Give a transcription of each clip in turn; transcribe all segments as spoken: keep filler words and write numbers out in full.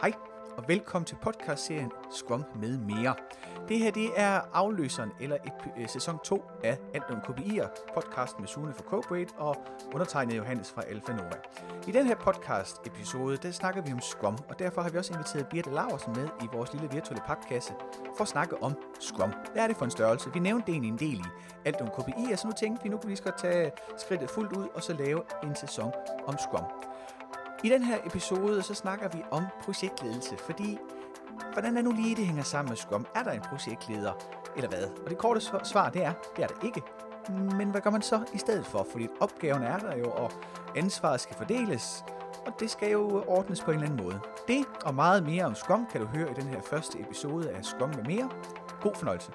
Hej og velkommen til podcastserien Scrum med mere. Det her det er afløseren eller ep- sæson to af Alt om K P I'er, podcasten med Sune fra Corporate og undertegnet Johannes fra Alfa Nova. I den her podcast episode, der snakker vi om Scrum, og derfor har vi også inviteret Birte Laursen med i vores lille virtuelle papkasse for at snakke om Scrum. Hvad er det for en størrelse? Vi nævnte det en del i Alt om K P I'er, så nu tænkte vi, nu kunne vi skal tage skridtet fuldt ud og så lave en sæson om Scrum. I den her episode, så snakker vi om projektledelse, fordi hvordan er nu lige, det hænger sammen med Scrum? Er der en projektleder, eller hvad? Og det korte svar, det er, det er der ikke. Men hvad gør man så i stedet for? Fordi opgaven er der jo, og ansvaret skal fordeles, og det skal jo ordnes på en eller anden måde. Det og meget mere om Scrum kan du høre i den her første episode af Scrum med mere. God fornøjelse.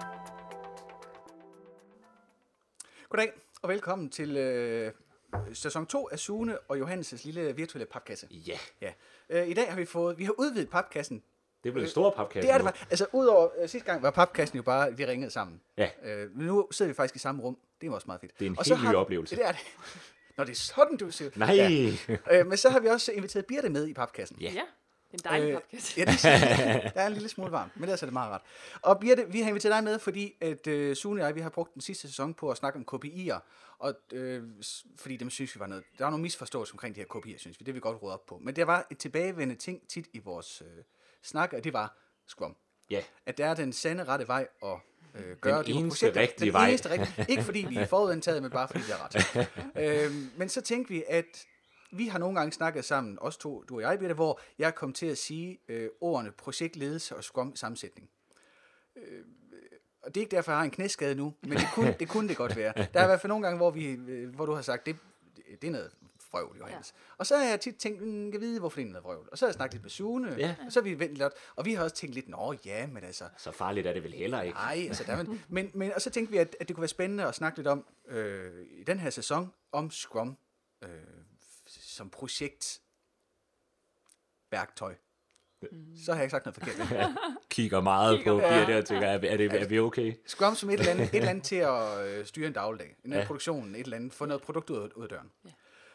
Goddag, og velkommen til øh, sæson to af Sune og Johannes' lille virtuelle papkasse. Ja. ja. Øh, I dag har vi fået, vi har udvidet papkassen. Det er blevet en stor papkasse. Det er det faktisk. Altså, udover øh, sidste gang var papkassen jo bare, vi ringede sammen. Ja. Øh, men nu sidder vi faktisk i samme rum. Det er også meget fedt. Det er en og helt så ny har, oplevelse. Det er det. Nå, det er sådan, du siger. Nej. Ja. Øh, men så har vi også inviteret Birte med i papkassen. Ja. Ja, det er en dejlig podcast. Ja, det er, der er en lille smule varmt, men ellers er det meget rart. Og Birte, vi har inviteret dig med, fordi at øh, Sune og jeg, vi har brugt den sidste sæson på at snakke om K P I'er, og øh, fordi dem synes vi var noget, der var nogle misforståelser omkring de her K P I'er, synes vi, det vil vi godt råde op på. Men der var et tilbagevendende ting tit i vores øh, snak, og det var Scrum. Ja. At der er den sande rette vej at øh, gøre den det eneste projekter. rigtige den vej. eneste rigtige. Ikke fordi vi er forudindtaget, men bare fordi vi er ret. øh, men så tænkte vi, at vi har nogle gange snakket sammen, os to, du og jeg, Birte, hvor jeg kom til at sige øh, ordene projektledelse og Scrum sammensætning. Øh, og det er ikke derfor, jeg har en knæskade nu, men det kunne det, kunne det godt være. Der er i hvert fald nogle gange, hvor, vi, øh, hvor du har sagt, det, det er noget vrøvl, Johannes. Ja. Og så har jeg tit tænkt, jeg kan vide, hvorfor det er noget vrøvl. Og så har jeg snakket lidt med Sune, Ja. og så har vi ventet lidt, og vi har også tænkt lidt, nå ja, men altså... Så farligt er det vel heller ikke. Nej, altså der, men, men, men, og så tænkte vi, at, at det kunne være spændende at snakke lidt om, øh, i den her sæson, om Scrum øh, som projektværktøj. Mm. Så har jeg ikke sagt noget forkert. Ja. Kigger meget Kigger på meget. Birte og tænker, er, er, det, er vi okay? Scrum som et eller andet, et eller andet til at øh, styre en dagligdag. En Ja. produktion, et eller andet, få noget produkt ud, ud af døren. Ja.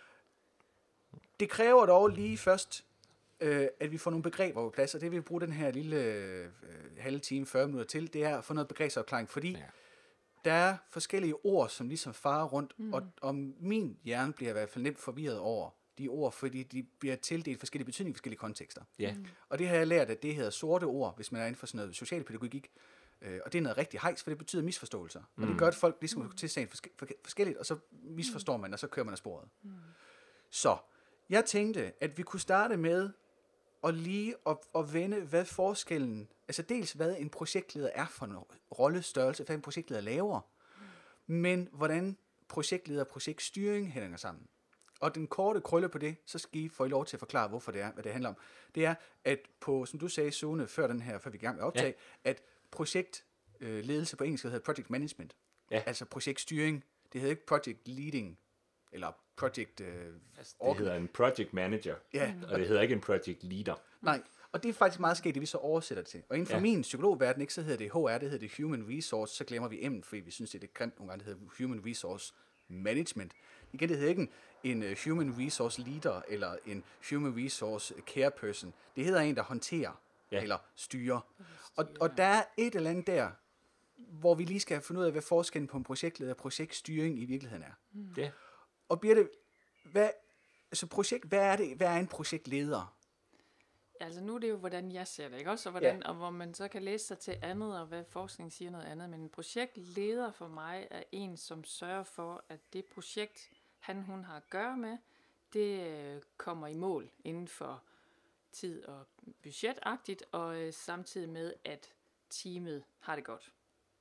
Det kræver dog lige først, øh, at vi får nogle begreber på plads, og det vil vi bruge den her lille øh, halve time, fyrre minutter til, det er at få noget begrebsafklaring, fordi Ja. der er forskellige ord, som ligesom farer rundt, mm. og, og min hjerne bliver i hvert fald nemt forvirret over de ord, fordi de bliver tildelt forskellige betydninger i forskellige kontekster. Ja. Og det har jeg lært, at det hedder sorte ord, hvis man er inden for sådan noget socialpædagogik. Øh, og det er noget rigtig hejs, for det betyder misforståelser. Mm. Og det gør, at folk ligesom mm. til sagen forske- forske- forskelligt, og så misforstår man, og så kører man af sporet. Mm. Så jeg tænkte, at vi kunne starte med at lige at, at vende, hvad forskellen, altså dels hvad en projektleder er for en rollestørrelse, hvad en projektleder laver, mm. men hvordan projektleder og projektstyring hænger sammen. Og den korte krølle på det, så skal I få I lov til at forklare, hvorfor det er, hvad det handler om. Det er, at på, som du sagde, Sune, før den her, før vi er i gang med at optage, ja. at projektledelse på engelsk hedder project management. Ja. Altså projektstyring. Det hedder ikke project leading, eller project... Øh, Altså, det hedder en project manager, ja. og det hedder ikke en project leader. Nej, og det er faktisk meget sket, det vi så oversætter det til. Og inden for ja. Ja. min psykologverden, ikke, så hedder det H R, det hedder det Human Resource, så glemmer vi M'en, fordi vi synes, det er lidt grimt nogle gange, det hedder Human Resource Management. Igen, det hedder ikke en, en uh, Human Resource Leader, eller en Human Resource Care Person. Det hedder en, der håndterer, Ja. eller styrer. Og, og der er et eller andet der, hvor vi lige skal finde ud af, hvad forskellen på en projektleder og projektstyring i virkeligheden er. Mm. Ja. Og Birte, hvad, altså projekt, hvad er det, hvad er en projektleder? Altså nu er det jo, hvordan jeg ser det, ikke også? Og, hvordan, Ja. og hvor man så kan læse sig til andet, og hvad forskning siger noget andet. Men en projektleder for mig er en, som sørger for, at det projekt, han hun har at gøre med, det øh, kommer i mål inden for tid og budgetagtigt, og øh, samtidig med, at teamet har det godt.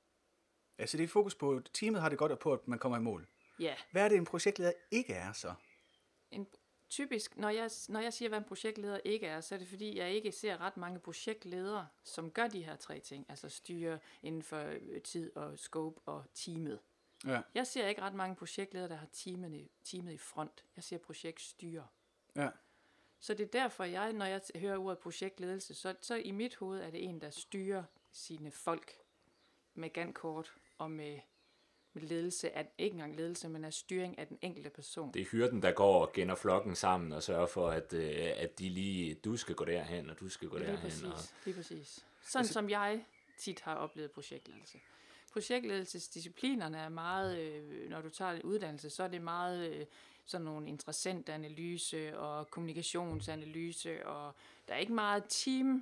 Altså det er fokus på, at teamet har det godt, og på, at man kommer i mål. Ja, Hvad er det, en projektleder ikke er så? en, typisk, når jeg, når jeg siger, hvad en projektleder ikke er, så er det fordi, jeg ikke ser ret mange projektledere, som gør de her tre ting, altså styre inden for øh, tid og scope og teamet. Ja. Jeg ser ikke ret mange projektledere, der har teamet, teamet i front. Jeg ser projektstyre. Ja. Så det er derfor, jeg, når jeg hører ordet projektledelse, så, så i mit hoved er det en, der styrer sine folk med Gantt-kort og med ledelse, af, ikke engang ledelse, men af styring af den enkelte person. Det er hyrden, der går og gænder flokken sammen og sørger for, at, øh, at de lige, du skal gå derhen, og du skal gå Lige derhen. præcis, Og... lige præcis. Sådan altså, som jeg tit har oplevet projektledelse. Projektledelsesdisciplinerne er meget, øh, når du tager en uddannelse, så er det meget øh, sådan nogle interessant analyse og kommunikationsanalyse, og der er ikke meget team,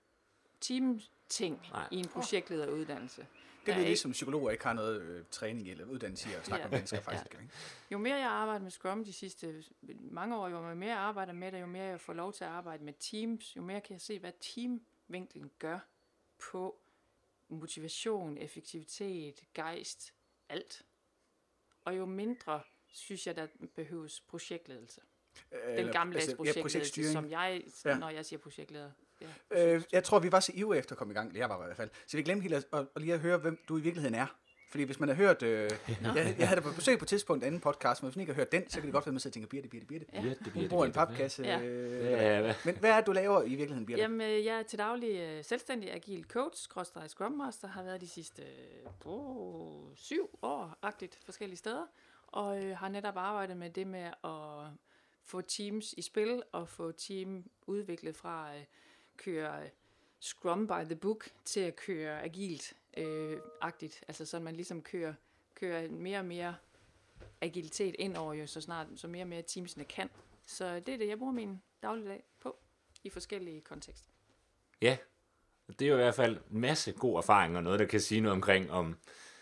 team ting Nej. i en projektlederuddannelse. Det er ikke... ligesom psykologer ikke har noget øh, træning eller uddannelse i at snakke Ja. med mennesker faktisk. Ja. Ikke? Jo mere jeg arbejder med Scrum de sidste mange år, jo mere jeg arbejder med det, jo mere jeg får lov til at arbejde med teams, jo mere kan jeg se, hvad teamvinklen gør på motivation, effektivitet, gejst, alt. Og jo mindre synes jeg, der behøves projektledelse. Den gamle altså, projektledelse, ja, som jeg, Ja. når jeg siger projektleder. Ja, Øh, jeg tror, vi var så ivrige efter at komme i gang. Jeg var i hvert fald. Så vi glemte helt at, at, at lige at høre, hvem du i virkeligheden er. Fordi hvis man har hørt... Øh, jeg, jeg havde da på besøg på et tidspunkt anden podcast, men hvis man ikke har hørt den, så kan det godt være, at man sidder og tænker, Birte, Birte, Birte. Ja. Birte, Hun Birte, bruger en Birte, papkasse. Ja. Øh, Ja, hvad? Men hvad er det, du laver i virkeligheden, Birte? Jamen, øh, jeg er til daglig øh, selvstændig agil coach, skråstreg Scrum Master, har været de sidste øh, oh, syv år-agtigt forskellige steder, og øh, har netop arbejdet med det med at få teams i spil, og få team udviklet fra at øh, køre øh, Scrum by the book, til at køre agilt øh, agtigt, altså så man ligesom kører, kører mere og mere agilitet ind over jo, så snart, så mere og mere teamsene kan. Så det er det, jeg bruger min dagligdag på, i forskellige kontekster. Ja, det er jo i hvert fald en masse god erfaring, og noget, der kan sige noget omkring, om,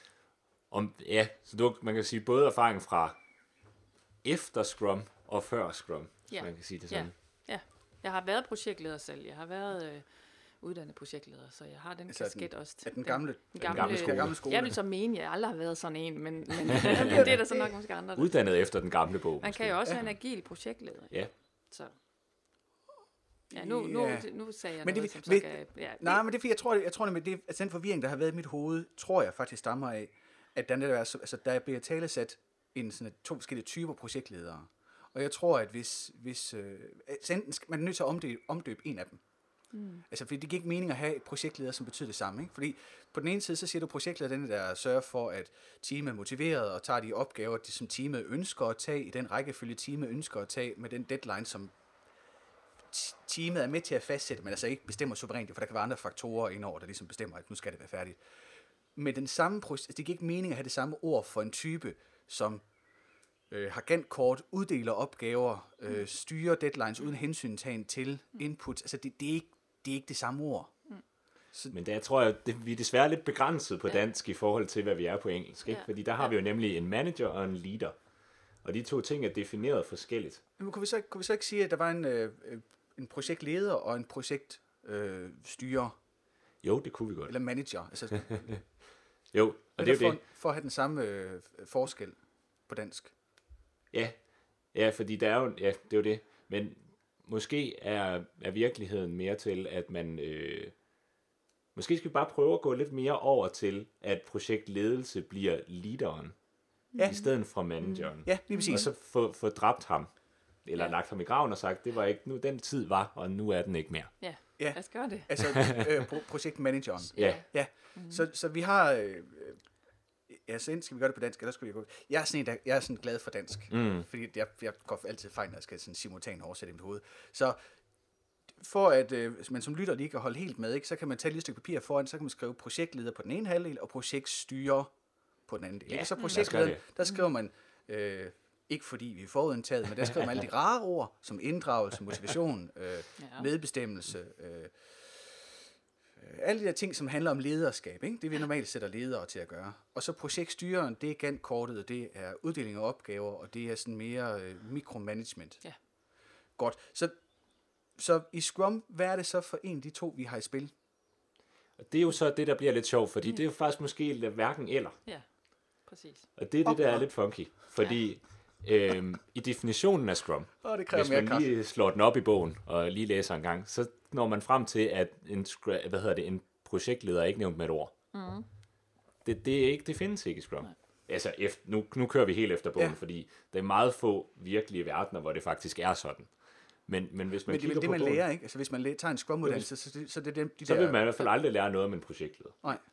om ja, så du, man kan sige både erfaring fra efter Scrum og før Scrum, Ja. man kan sige det sådan. Ja, ja. Jeg har været projektleder selv. Jeg har været øh, uddannet projektleder, så jeg har den Altså, kasket den- også. Af den gamle, den gamle gamle, skole. Den gamle skole. Jeg vil så mene, at jeg aldrig har været sådan en, men, men, men det er der så nok måske andre. Der. Uddannet efter den gamle bog. Man måske. kan jo også Ja. være en agil projektleder. Ja. Så. Ja, nu, nu, Ja. nu sagde jeg Men det noget, vil- som så vil- kan... Ja, Nej, men det er fordi, jeg tror, jeg tror nemlig, det, altså den forvirring, der har været i mit hoved, tror jeg faktisk stammer af, at der, netop er, så- altså, der bliver talesat en sådan et, to forskellige typer projektledere. Og jeg tror, at hvis, hvis øh, altså enten skal, man er nødt til at omdøbe, omdøbe en af dem. Mm. Altså, fordi det giver ikke mening at have et projektleder, som betyder det samme. Ikke? Fordi på den ene side, så siger du projektleder, den der sørger for, at teamet er motiveret og tager de opgaver, de, som teamet ønsker at tage, i den rækkefølge, teamet ønsker at tage, med den deadline, som t- teamet er med til at fastsætte, men altså ikke bestemmer suverænt, for der kan være andre faktorer indover, der ligesom bestemmer, at nu skal det være færdigt. Men den samme proces, det giver ikke mening at have det samme ord for en type, som øh, har Gantt-kort, uddeler opgaver, øh, styrer deadlines uden hensyntagen til input. Altså det, det, er ikke, det er ikke det samme ord. Men der tror jeg, det, vi er desværre lidt begrænset på Ja. dansk i forhold til, hvad vi er på engelsk. Ikke? Ja. Fordi der har Ja. vi jo nemlig en manager og en leader. Og de to ting er defineret forskelligt. Men kunne vi så, ikke- kunne vi så ikke sige, at der var en, øh, øh, en projektleder og en projektstyrer, øh, styrer, Jo, det kunne vi godt. eller manager? Altså, Jo, og det er jo for, det. for at have den samme øh, forskel på dansk. Ja, ja, fordi der er jo, ja, det er jo det. Men måske er, er virkeligheden mere til, at man... Øh, måske skal vi bare prøve at gå lidt mere over til, at projektledelse bliver leaderen, Ja. i stedet for manageren. Ja, lige Og præcis. så få, få dræbt ham, eller Ja. lagt ham i graven og sagt, det var ikke, nu den tid var, og nu er den ikke mere. Ja, Ja. lad os gøre det. Altså øh, pro- projektmanageren. Ja, Ja, mm-hmm. så, så vi har... Øh, ja, så enten skal vi gøre det på dansk, eller skulle jeg gå... Jeg er sådan, en, der, jeg er sådan glad for dansk, mm. fordi jeg, jeg går altid fejl, når jeg skal sådan simultan oversætte i mit hoved. Så for at øh, hvis man som lytter lige kan holde helt med, ikke, så kan man tage et lille stykke papir foran, så kan man skrive projektleder på den ene halvdel, og projektstyrer på den anden del. Ja, Ikke? Så lad os gøre projektleder, det. der skriver man... Øh, ikke fordi vi er forudindtaget, men der skriver man alle de rare ord, som inddragelse, motivation, øh, Ja. medbestemmelse, øh, øh, alle de der ting, som handler om lederskab, ikke? Det vi normalt sætter ledere til at gøre. Og så projektstyreren, det er Gantt-kortet, og det er uddeling af opgaver, og det er sådan mere øh, mikromanagement. Ja. Godt. Så, så i Scrum, hvad er det så for en af de to, vi har i spil? Og det er jo så det, der bliver lidt sjovt, fordi mm. det er jo faktisk måske hverken eller. Ja, præcis. Og det er det, der er Opera. lidt funky. Fordi øhm, i definitionen af Scrum, Åh, det kræver hvis mere man kaffe. lige slår den op i bogen og lige læser en gang, så når man frem til, at en, scra- hvad hedder det, en projektleder er ikke nævnt med et ord. Mm. Det, det, er ikke, det findes ikke i Scrum. Nej. Altså, efter, nu, nu kører vi helt efter bogen, Ja. ja. fordi der er meget få virkelige verdener, hvor det faktisk er sådan. Men, men hvis man Men det er kigger vel det, på man bogen, lærer, ikke? Altså hvis man læ- tager en Scrum-uddannelse, så, det, så det er dem, de så der... vil man i hvert fald aldrig lære noget om en projektleder. Nej.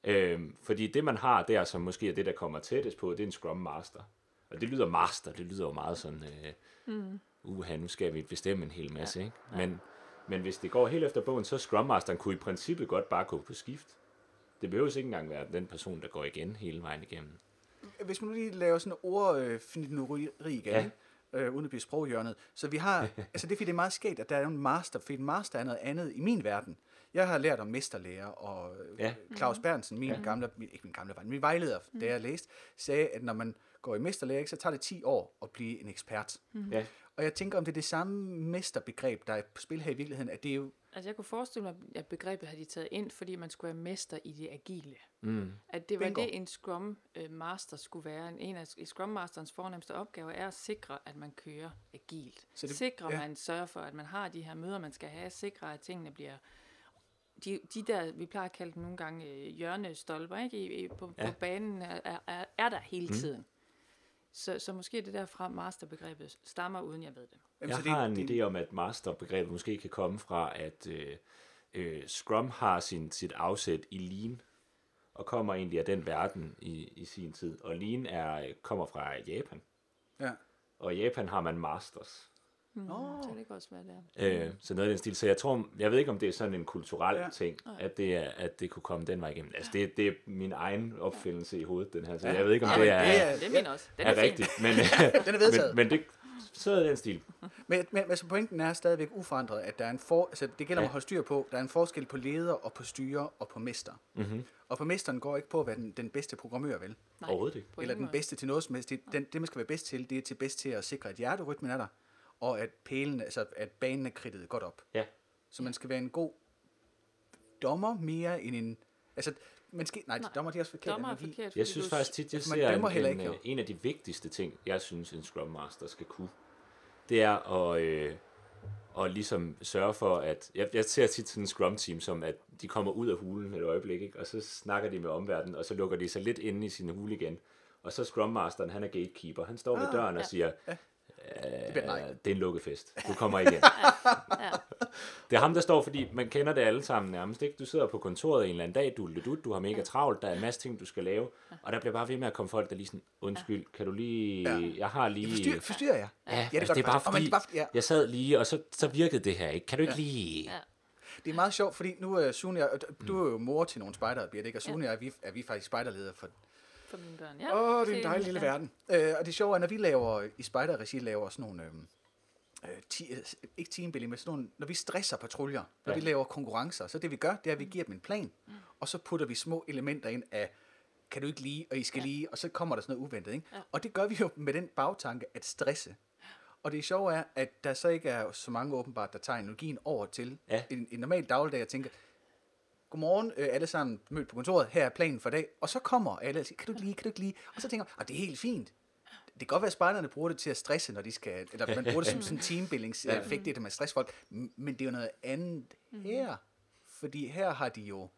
Øhm, fordi det, man har der, som måske er det, der kommer tættest på, det er en Scrum Master. Og det lyder master, det lyder jo meget sådan, øh, mm. uha, nu skal vi bestemme en hel masse, ja. Ikke? Men, men hvis det går helt efter bogen, så Scrum Masteren kunne i princippet godt bare gå på skift. Det behøves ikke engang være den person, der går igen hele vejen igennem. Hvis man nu lige laver sådan en ordfinureri igen, ja. øh, uden at blive sproghjørnet, så vi har, altså det er fordi, det er meget skægt, at der er en master, fordi en master er noget andet i min verden. Jeg har lært om mesterlærer, og ja. Claus Berntsen, min ja. gamle, ikke min gamle vej, min vejleder, mm. da jeg læste, sagde, at når man går i mesterlærer, så tager det ti år at blive en ekspert. Mm. Ja. Og jeg tænker, om det er det samme mesterbegreb, der er på spil her i virkeligheden, at det er jo... Altså jeg kunne forestille mig, at begrebet har de taget ind, fordi man skulle være mester i det agile. Mm. At det var Bingo. Det, en Scrum Master skulle være. En af Scrum Masterens fornemmeste opgaver er at sikre, at man kører agilt. Så det, sikre, at ja. man sørger for, at man har de her møder, man skal have. Sikre, at tingene bliver... De, de der, vi plejer at kalde dem nogle gange hjørnestolper, ikke? I, i, på, ja. på banen er, er, er der hele tiden. Mm. Så, så måske det derfra masterbegrebet stammer, uden jeg ved det. Jeg har en idé om, at masterbegrebet måske kan komme fra, at øh, øh, Scrum har sin, sit afsæt i Lean, og kommer egentlig af den verden i, i sin tid. Og Lean er, kommer fra Japan. Ja. Og i Japan har man masters. Mm, oh. Så det kan også være der. Øh, så noget af den stil. Så jeg tror, jeg ved ikke, om det er sådan en kulturel ja. ting, at det, er, at det kunne komme den vej igennem. Altså, det, det er min egen opfindelse i hovedet, den her. Så ja. jeg ved ikke, om ja, det er, ja, det er, min også. Den er, er rigtigt. Men, den er vedtaget. Men, men det, så er den stil. Men, men altså, pointen er stadigvæk uforandret, at der er en for, altså, det gælder ja. om at holde styr på, der er en forskel på leder og på styre og på mester. Mm-hmm. Og på mesteren går ikke på, hvad den, den bedste programmør vil. Nej, overhovedet ikke. Eller den bedste til noget som helst. Det, den, det, man skal være bedst til, det er til bedst til at sikre, at hjerterytmen er der, og at pælen, altså at banen er kridtet godt op. Ja. Så man skal være en god dommer mere end en... Altså, man skal, nej, nej, dommer de er også forkert. Dommer er forkert. Jeg synes faktisk tit, jeg ser en, en, ikke, en af de vigtigste ting, jeg synes, en Scrum Master skal kunne, det er at, øh, at ligesom sørge for, at... Jeg, jeg ser tit sådan en Scrum Team, som at de kommer ud af hulen et øjeblik, ikke? Og så snakker de med omverdenen, og så lukker de sig lidt inde i sin hule igen. Og så Scrum Masteren, han er gatekeeper. Han står ved ah, døren ja. og siger... Ja. Det, det er en lukket fest. Du kommer igen. ja, ja. Det er ham, der står, fordi man kender det alle sammen nærmest. Ikke? Du sidder på kontoret en eller anden dag, du, du, du har mega ja. travlt, der er en masse ting, du skal lave, og der bliver bare ved med at komme folk, der lige sådan, undskyld, kan du lige, ja. jeg har lige... Forstyr, forstyrrer jeg? Ja, ja, det, altså, det er bare fordi, det er bare, ja. jeg sad lige, og så, så virkede det her, ikke? Kan du ikke ja. lige... Ja. Det er meget sjovt, fordi nu er Sune, du er jo mor til nogle spejdere, Birte, ikke? Og Sune ja. er, vi, er vi faktisk spejderledere for... For mine børn, ja. Åh, oh, det er en dejlig lille ja. verden. Øh, og det sjove er, når vi laver, i spejderregi laver sådan nogle, øh, ti, ikke teambuilding, men sådan nogle, når vi stresser patruljer, når ja. vi laver konkurrencer, så det vi gør, det er, at vi giver dem en plan, mm. og så putter vi små elementer ind af, kan du ikke lide, og I skal ja. lige, og så kommer der sådan noget uventet, ikke? Ja. Og det gør vi jo med den bagtanke at stresse. Og det sjove er, at der så ikke er så mange åbenbart, der tager energien over til ja. en, en normal dagligdag og tænker, godmorgen, øh, alle sammen mødt på kontoret, her er planen for i dag, og så kommer alle og siger, kan du ikke lide, kan du ikke lide, og så tænker man, det er helt fint. Det kan godt være, at spejderne bruger det til at stresse, når de skal, eller man bruger det som sådan en teambuildingseffekt, det er, at man stresser folk, men det er jo noget andet her, fordi her har de jo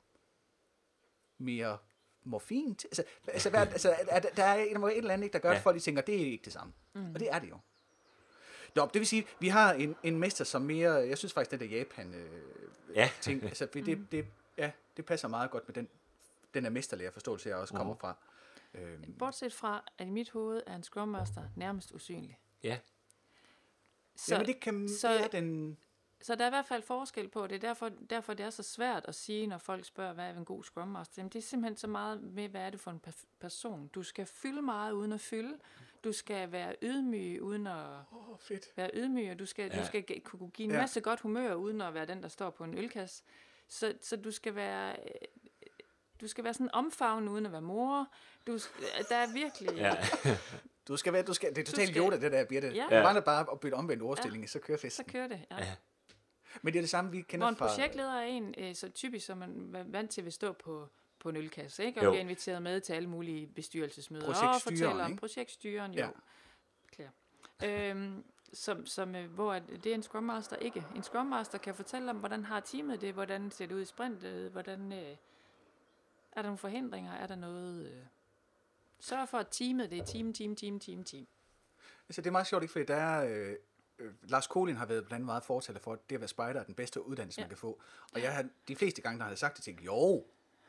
mere morfin til, altså, altså, hvad, altså er, der er et eller andet, der gør, at folk de tænker, det er ikke det samme, og det er det jo. Nå, det vil sige, vi har en, en mester, som mere, jeg synes faktisk, den der Japan øh, ja. ting, altså det, det, ja, det passer meget godt med den, den der mesterlærer-forståelse, jeg også kommer fra. Øhm. Bortset fra, at i mit hoved er en Scrum Master nærmest usynlig. Ja. Så, Jamen det kan så, være den... Så der er i hvert fald forskel på det. Derfor, derfor det er så svært at sige, når folk spørger, hvad er en god Scrum Master? Jamen, det er simpelthen så meget med, hvad er det for en person. Du skal fylde meget uden at fylde. Du skal være ydmyg uden at oh, fedt. være ydmyg, og du skal, ja. du skal kunne give en masse ja. godt humør uden at være den, der står på en ølkasse. Så, så du skal være du skal være sådan omfavnende uden at være mor. Du, der er virkelig... Ja. du skal være, du skal, det er totalt Yoda, det der, Birte. Ja. Du mangler bare at bytte omvendt ordstilling, ja. så kører festen. Så kører det, ja. ja. Men det er det samme, vi kender fra... fra... Hvor en projektleder er en, så typisk, som man er vant til at stå på, på en ølkasse, ikke? Og jo. bliver inviteret med til alle mulige bestyrelsesmøder. Og fortæller om projektstyren, jo. Ja. Klar. Øhm, som, som, hvor det er en Scrum Master ikke. En Scrum Master kan fortælle om, hvordan har teamet det, hvordan ser det ud i sprintet, hvordan... Øh, er der nogle forhindringer, er der noget... Øh, sørg for, at teamet, det er team, team, team, team, team. Altså, det er meget sjovt, ikke? Fordi der er... Øh, øh, Lars Kohlin har været blandt andet meget fortaler for, at det at være spejder er den bedste uddannelse, ja. man kan få. Og jeg har de fleste gange, der har jeg sagt det, tænkt, jo,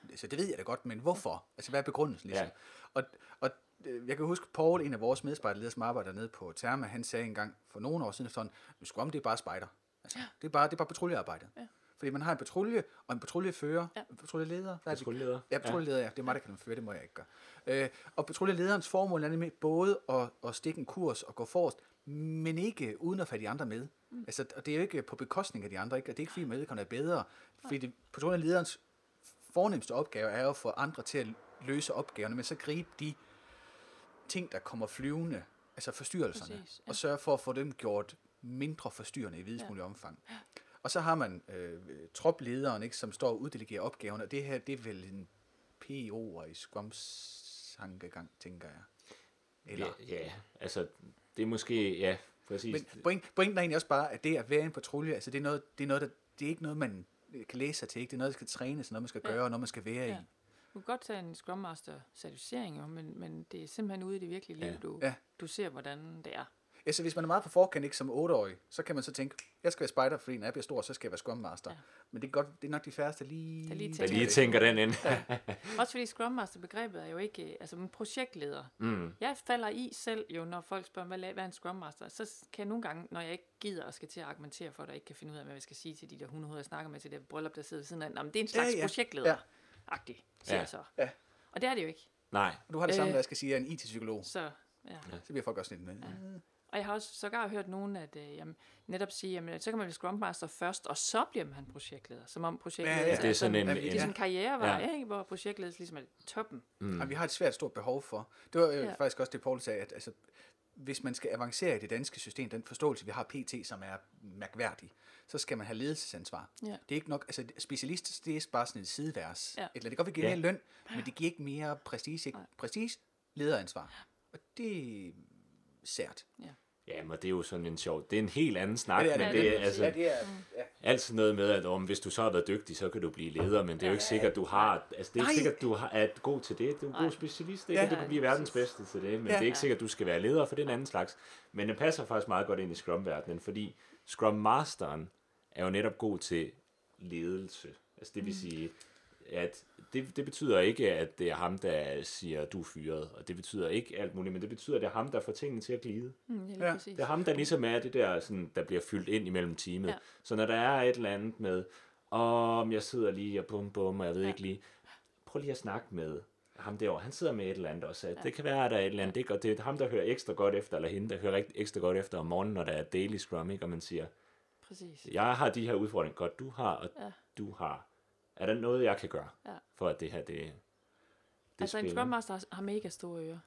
så det ved jeg da godt, men hvorfor? Altså, hvad er begrundelsen ligesom? Ja. Og, og øh, jeg kan huske, Paul, en af vores medspejderledere, som arbejder nede på Therma, han sagde engang for nogle år siden sådan, Scrum, det er bare spejder. Altså, ja. det, er bare, det er bare patruljearbejde. Ja. Fordi man har en patrulje, og en patruljefører, ja. en patruljeleder. Patruljeleder. Ja, patruljeleder, ja. Det er mig, der kan føre, det må jeg ikke gøre. Øh, og patruljelederens formål er nemlig både at, at stikke en kurs og gå forrest, men ikke uden at få de andre med. Mm. Altså, og det er jo ikke på bekostning af de andre, ikke? Og det er ikke fordi, man vedkommende er bedre. Fordi det, patruljelederens fornemmeste opgave er jo at få andre til at løse opgaverne, men så gribe de ting, der kommer flyvende, altså forstyrrelserne, Præcis, ja. og sørge for at få dem gjort mindre forstyrrende i videst mulig omfang. Ja. Og så har man øh, troplederen, ikke, som står og uddelegerer opgaverne, og det her, det er vel en P O i Scrums tankegang, tænker jeg. Eller? Ja, ja, altså, det er måske, ja, præcis. Men point, pointen er egentlig også bare, at det at være en patrulje, altså det er noget, det er noget, der, det er ikke noget, man kan læse sig til, ikke? Det er noget, der skal trænes, noget, man skal gøre, ja. og noget, man skal være ja. i. Du kan godt tage en Scrum Master certificering, jo, men, men det er simpelthen ude i det virkelige liv, Ja. du, Ja. du ser, hvordan det er. Ja, så hvis man er meget på forkant, ikke som otteårig, så kan man så tænke, jeg skal være spejder, fordi når jeg bliver stor, så skal jeg være Scrum Master. Ja. Men det er, godt, det er nok de færreste lige... Der lige Der lige tænker den ind. Ja. Også fordi Scrum Master begrebet er jo ikke, altså en projektleder. Mm. Jeg falder i selv jo, når folk spørger, hvad hvad er en Scrum Master, så kan jeg nogle gange, når jeg ikke gider og skal til at argumentere for, at jeg ikke kan finde ud af, hvad jeg skal sige til de der hundrede, jeg snakker med til det bryllup, der sidder ved siden af, men det er en slags Ja, ja. projektleder-agtig, siger Ja. jeg så. Ja. Og det er det jo ikke. Nej. Og du har det samme, Øh. hvad jeg skal sige, af en I T-psykolog. Så, ja. Så bliver folk også lidt med. Ja. Og jeg har også sågar hørt nogen at øh, jamen, netop sige, jamen, så kan man blive Scrum Master først, og så bliver man projektleder. Som om projektleder Ja, ja. Det er sådan en- det er sådan en en- karrierevej, Ja. ikke? Hvor projektledelse ligesom er toppen. Mm. Og vi har et svært stort behov for. Det var øh, Ja. ja. faktisk også det, Paul sagde, at altså, hvis man skal avancere i det danske system, den forståelse, vi har P T, som er mærkværdig, så skal man have ledelsesansvar. Ja. Det er ikke nok, altså specialist, det er bare sådan et sideværs. Ja. Eller det kan godt give Ja. mere løn, men det giver ikke mere prestige. Ikke? Nej. Prestige, lederansvar. Og det er sært. Ja, men det er jo sådan en sjov, det er en helt anden snak, Ja, det er men det. det Ja, er det er altså, det er, ja. altid noget med, at om, hvis du så har været dygtig, så kan du blive leder, men det er jo ikke sikkert, du har, altså det er Nej. ikke sikkert, du har, er god til det. Du er en Nej. god specialist, ikke? Ja. Ja, du kan blive verdens bedste til det, men Ja. det er ikke sikkert, du skal være leder, for det er en anden slags. Men det passer faktisk meget godt ind i Scrum-verdenen, fordi Scrum Masteren er jo netop god til ledelse. Altså det vil sige, at det, det betyder ikke, at det er ham, der siger, du er fyret, og det betyder ikke alt muligt, men det betyder, at det er ham, der får tingene til at glide. Mm, ja, lige Ja. præcis. Det er ham, der ligesom er det der, sådan, der bliver fyldt ind imellem teamet. Ja. Ja. Så når der er et eller andet med, om jeg sidder lige og bum bum, og jeg ved Ja. ja. ikke lige, prøv lige at snakke med ham derovre. Han sidder med et eller andet også. Ja. Det kan være, at der er et eller andet, ikke? Og det er ham, der hører ekstra godt efter, eller hende, der hører rigtig ekstra godt efter om morgenen, når der er daily scrum, ikke? Og man siger, Præcis. jeg har de her udfordringer, godt du har, og Ja. du har. Er der noget, jeg kan gøre, Ja. for at det her, det, det Altså en spiller? Scrum Master har- har mega store ører.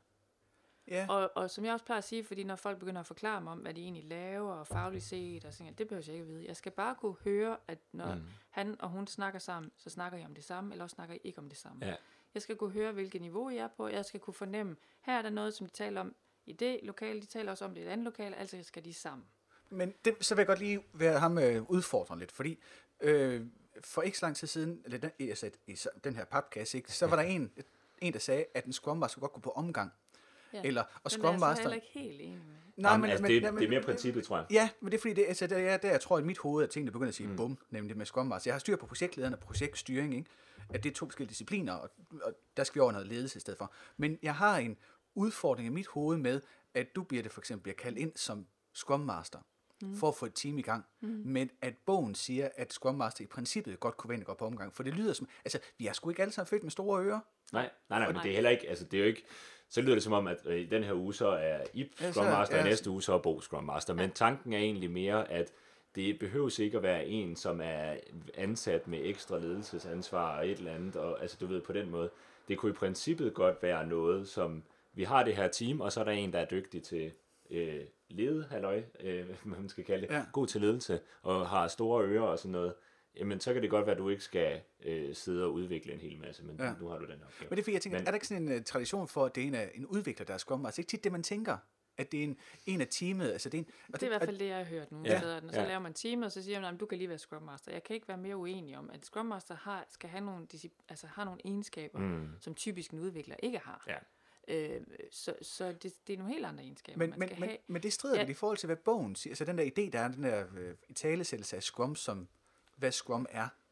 Ja. Og, og som jeg også plejer at sige, fordi når folk begynder at forklare mig om, hvad de egentlig laver, og fagligt set, og sådan noget, det behøver jeg ikke at vide. Jeg skal bare kunne høre, at når mm. han og hun snakker sammen, så snakker I om det samme, eller også snakker I ikke om det samme. Ja. Jeg skal kunne høre, hvilket niveau I er på. Jeg skal kunne fornemme, her er der noget, som de taler om i det lokale, de taler også om det i et andet lokale, altså skal de sammen. Men det, så vil jeg godt lige være ham øh, udfordrende lidt, fordi øh, for ikke så lang tid siden, eller den, altså, i så- den her papkasse, ikke, så var der en, en, der sagde, at en Scrum Master godt gå på omgang. Ja. Eller, og Den er jeg Scrum så Master... heller ikke helt enig med. Nej, Jamen, altså, det, nej, det er mere princippet, tror jeg. Ja, men det er fordi, det, altså, det er der, jeg tror, at mit hoved er tingene begynder at sige mm. bum, nemlig med Scrum Master. Jeg har styr på projektlederen og projektstyring, ikke? At det er to forskellige discipliner, og, og der skal vi over noget ledelse i stedet for. Men jeg har en udfordring i mit hoved med, at du bliver det for eksempel bliver kaldt ind som Scrum Master, mm. for at få et team i gang. Mm. Men at bogen siger, at Scrum Master i princippet godt kunne vende godt på omgang. For det lyder som, altså, vi er sgu ikke alle sammen født med store ører. Nej, nej, nej, men det er heller ikke, altså det er jo ikke, så lyder det som om, at øh, i den her uge, så er Ip Ja, så- Scrum Master, ja. og næste uge, så er Bo Scrum Master. Men tanken er egentlig mere, at det behøves ikke at være en, som er ansat med ekstra ledelsesansvar og et eller andet, og altså du ved, på den måde. Det kunne i princippet godt være noget, som, vi har det her team, og så er der en, der er dygtig til øh, lede, halløj, øh, hvad man skal kalde det, Ja. god til ledelse, og har store ører og sådan noget. Jamen, så kan det godt være, at du ikke skal øh, sidde og udvikle en hel masse, men Ja. ja. nu har du den her opgave. Men det er fordi, jeg tænker, Men- er der ikke sådan en uh, tradition for, at det er en, uh, en udvikler, der er Scrum Master? Ikke tit det, man tænker, at det er en, en af teamet. Altså, det er, en, og Det er i hvert fald det, jeg har hørt nogle Ja, steder. Når så ja. laver man teamet, og så siger man, at du kan lige være Scrum Master. Jeg kan ikke være mere uenig om, at Scrum Master har, skal have nogle, discip- altså, har nogle egenskaber, Mm. som typisk en udvikler ikke har. Ja. Øh, så så det, det er nogle helt andre egenskaber, Men, man men, skal men, have. men det strider Ja. lidt i forhold til, hvad bogen siger. Altså den der idé, der er, den der øh, italesættelse af Scrum, som hvad Scrum er.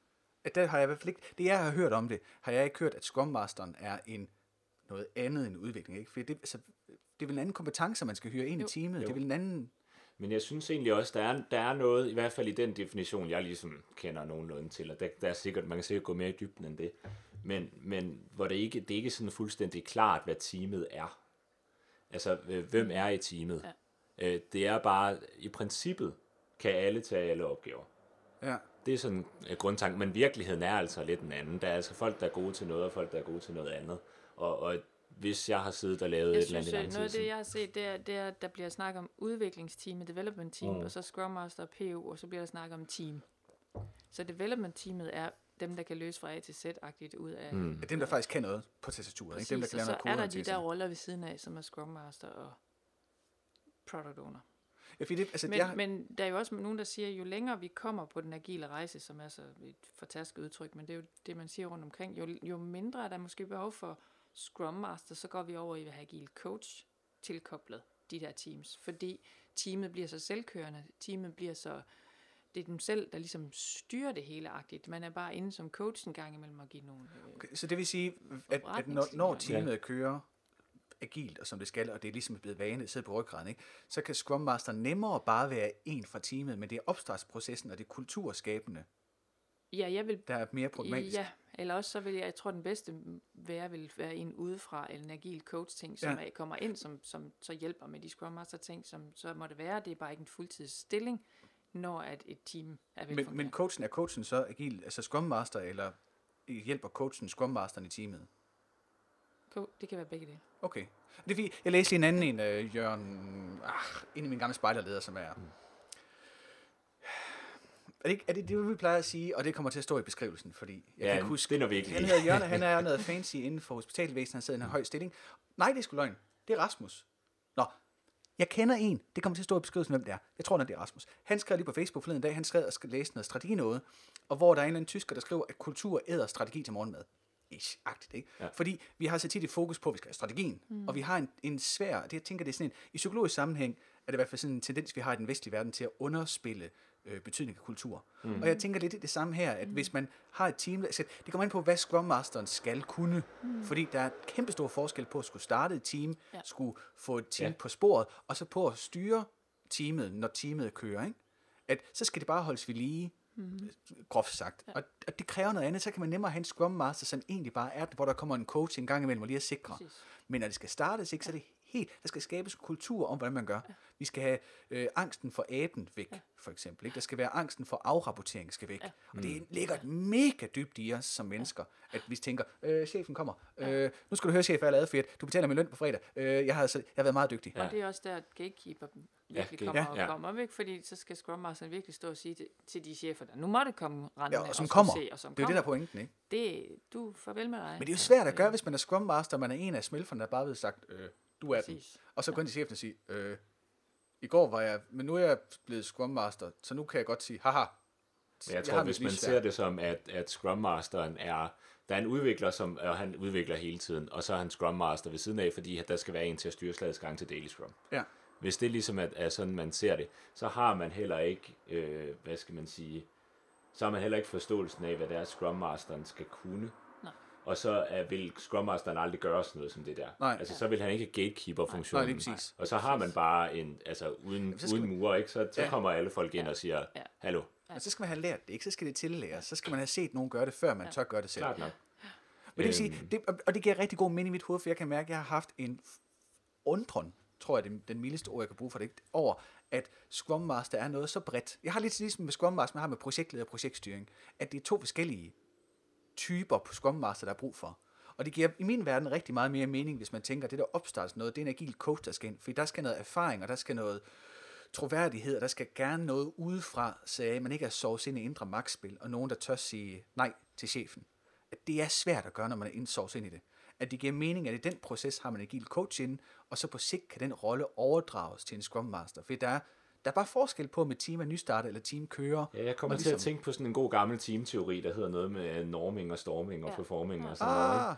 at der har jeg i hvert fald ikke, det jeg har hørt om det, har jeg ikke hørt, at Scrum Masteren er en noget andet end udvikling, ikke? For det, altså, det er vel en anden kompetence, man skal hyre ind Jo. i teamet. Jo. Det er vel en anden... Men jeg synes egentlig også, der er, der er noget, i hvert fald i den definition, jeg ligesom kender nogenlunde til, og der, der er sikkert, man kan sikkert gå mere i dybden end det, men, men hvor det ikke, det er ikke sådan fuldstændig klart, hvad teamet er. Altså, øh, hvem er i teamet? Ja. Øh, det er bare, i princippet kan alle tage alle opgaver. Ja. Det er sådan øh, grundtanken, men virkeligheden er altså lidt en anden. Der er altså folk, der er gode til noget, og folk, der er gode til noget andet. Og, og hvis jeg har siddet og lavet Jeg et eller andet synes, i at lang noget af tid, det, jeg har set, det er, det er, at der bliver snakket om udviklingsteamet, development team, Mm. og så Scrum Master og P O, og så bliver der snakket om team. Så development teamet er dem, der kan løse fra A til Z-agtigt ud af... Mm. Ja, dem, der faktisk kan noget på tastaturet, ikke? Dem, der Præcis, kan lave og så noget er der kode de der roller ved siden af, som er Scrum Master og Product Owner. Ja, fordi det, altså, Men, jeg, men der er jo også nogen, der siger, jo længere vi kommer på den agile rejse, som er så et fortasket udtryk, men det er jo det, man siger rundt omkring, jo, jo mindre er der måske behov for Scrum Master, så går vi over i at have agile coach tilkoblet de der teams, fordi teamet bliver så selvkørende, teamet bliver så, det er dem selv, der ligesom styrer det hele agtigt. Man er bare inde som coach en gang imellem og give nogle... Øh, okay, så det vil sige, at, at når, når teamet kører agilt, og som det skal, og det er ligesom blevet vane, sidder på ryggraden, ikke? Så kan Scrum Master nemmere bare være en fra teamet, men det er opstartsprocessen og det er kulturskabende, ja, jeg vil der er mere problematisk. Ja, eller også så vil jeg, jeg tror den bedste være vil være en udefra, eller en agil coach ting, som Ja. ja. kommer ind, som, som så hjælper med de Scrum Master ting, som så må det være, det er bare ikke en fuldtidsstilling, når at et team er Men, velfungerende. men coachen, er coachen så agil, altså Scrum Master, eller hjælper coachen Scrum Masteren i teamet? Co- det kan være begge dele. Okay. Det er fordi, jeg læste en anden, en uh, Jørgen, ah, en af mine gamle spejderledere, som er... Mm. Er det, ikke, er det det, vi plejer at sige, og det kommer til at stå i beskrivelsen, fordi jeg Ja, kan ikke huske... det er noget virkelig. Han hedder Jørgen, han er noget fancy inden for hospitalvæsenet, han sidder i en høj stilling. Nej, det er sgu løgn. Det er Rasmus. Nå, jeg kender en, det kommer til at stå i beskrivelsen, hvem det er. Jeg tror, det er Rasmus. Han skrev lige på Facebook forleden dag, han skrev og læste noget strategi noget, og hvor der er en eller anden tysker, der skriver, at kultur æder strategi til morgenmad. Ish-agtigt, ikke? Ja. Fordi vi har så tit et fokus på, at vi skal have strategien, mm. og vi har en, en svær, det jeg tænker, det er sådan en, i psykologisk sammenhæng, er det i hvert fald sådan en tendens, vi har i den vestlige verden til at underspille øh, betydning af kultur. Mm. Og jeg tænker lidt det samme her, at mm. hvis man har et team, altså, det kommer ind på, hvad Scrum Masteren skal kunne, mm. fordi der er kæmpe stor forskel på at skulle starte et team, ja. skulle få et team Ja. på sporet, og så på at styre teamet, når teamet kører, ikke? At så skal det bare holdes ved lige, mm-hmm. groft sagt. Ja. Og, og det kræver noget andet, så kan man nemmere have en Scrum Master, som egentlig bare er, hvor der kommer en coach en gang imellem og lige er sikre. Præcis. Men når det skal startes, ikke, så er det helt, der skal skabes kultur om, hvordan man gør. Ja. Vi skal have øh, angsten for aben væk, ja. for eksempel. Ikke? Der skal være angsten for afrapportering skal væk. Ja. Og det ligger mega dybt i os som mennesker, ja. at vi tænker, øh, chefen kommer. Øh, nu skal du høre, chef, jeg har lavet fedt. Du betaler min løn på fredag. Øh, jeg, har, altså, jeg har været meget dygtig. Ja. Og det er også der, at gatekeeper virkelig Ja, kommer ja, og ja. kommer op, ikke? Fordi så skal Scrum Masteren virkelig stå og sige til, til de chefer, der nu må det komme rendende, Ja, og som skulle kommer. Se, og som Det er jo det, der er kommer. pointen, ikke? Det, du, farvel med dig. Men det er jo svært at gøre, hvis man er Scrum Master, man er en af smælferne, der bare ved sagt, øh, du er den. Præcis. Og så går ind til chefen og siger, øh, i går var jeg, men nu er jeg blevet Scrum Master, så nu kan jeg godt sige, haha. Men jeg tror, har hvis mit man livs ser værk. det som, at, at Scrum Masteren er... Der er en udvikler, som, og han udvikler hele tiden, og så er han Scrum Master ved siden af, fordi at der skal være en til at styre slagets gang til Daily Scrum. Ja. Hvis det ligesom er, er sådan, man ser det, så har man heller ikke, øh, hvad skal man sige, så har man heller ikke forståelsen af, hvad det er, Scrum Masteren skal kunne. Nej. Og så er, vil Scrum Masteren aldrig gøre sådan noget som det der. Nej. Altså, så vil han ikke have gatekeeper-funktionen. Nej, lige præcis. Og så har man bare en, altså uden, så skal uden man- murer, ikke? Så, så Ja. kommer alle folk ind Ja. og siger, Ja. hallo, Men så skal man have lært det, ikke? Så skal det tillæres. Så skal man have set nogen gøre det, før man Ja. tør gøre det selv. klart nok. Men det vil sige, Øhm. det, og- og det giver rigtig god mening i mit hoved, for jeg kan mærke, at jeg har haft en f- undren, tror jeg, det er den mildeste ord, jeg kan bruge for det, ikke? Over, at Scrum Master er noget så bredt. Jeg har lidt ligesom med Scrum Master, man har med projektleder og projektstyring, at det er to forskellige typer på Scrum Master, der er brug for. Og det giver i min verden rigtig meget mere mening, hvis man tænker, at det der opstarts noget, det er en agil coach, der skal ind. For der skal noget erfaring, og der skal noget troværdighed, og der skal gerne noget udefra, så man ikke er sovet ind i indre magtspil, og nogen, der tør sige nej til chefen. At det er svært at gøre, når man er indsovet ind i det. At det giver mening, at i den proces har man en agil coach inde, og så på sigt kan den rolle overdrages til en Scrum Master. For der er, der er bare forskel på, om et team er nystartet eller team kører. Ja, jeg kommer Og til at ligesom- tænke på sådan en god gammel teamteori, der hedder noget med norming og storming og Ja. performing og sådan noget. Ah,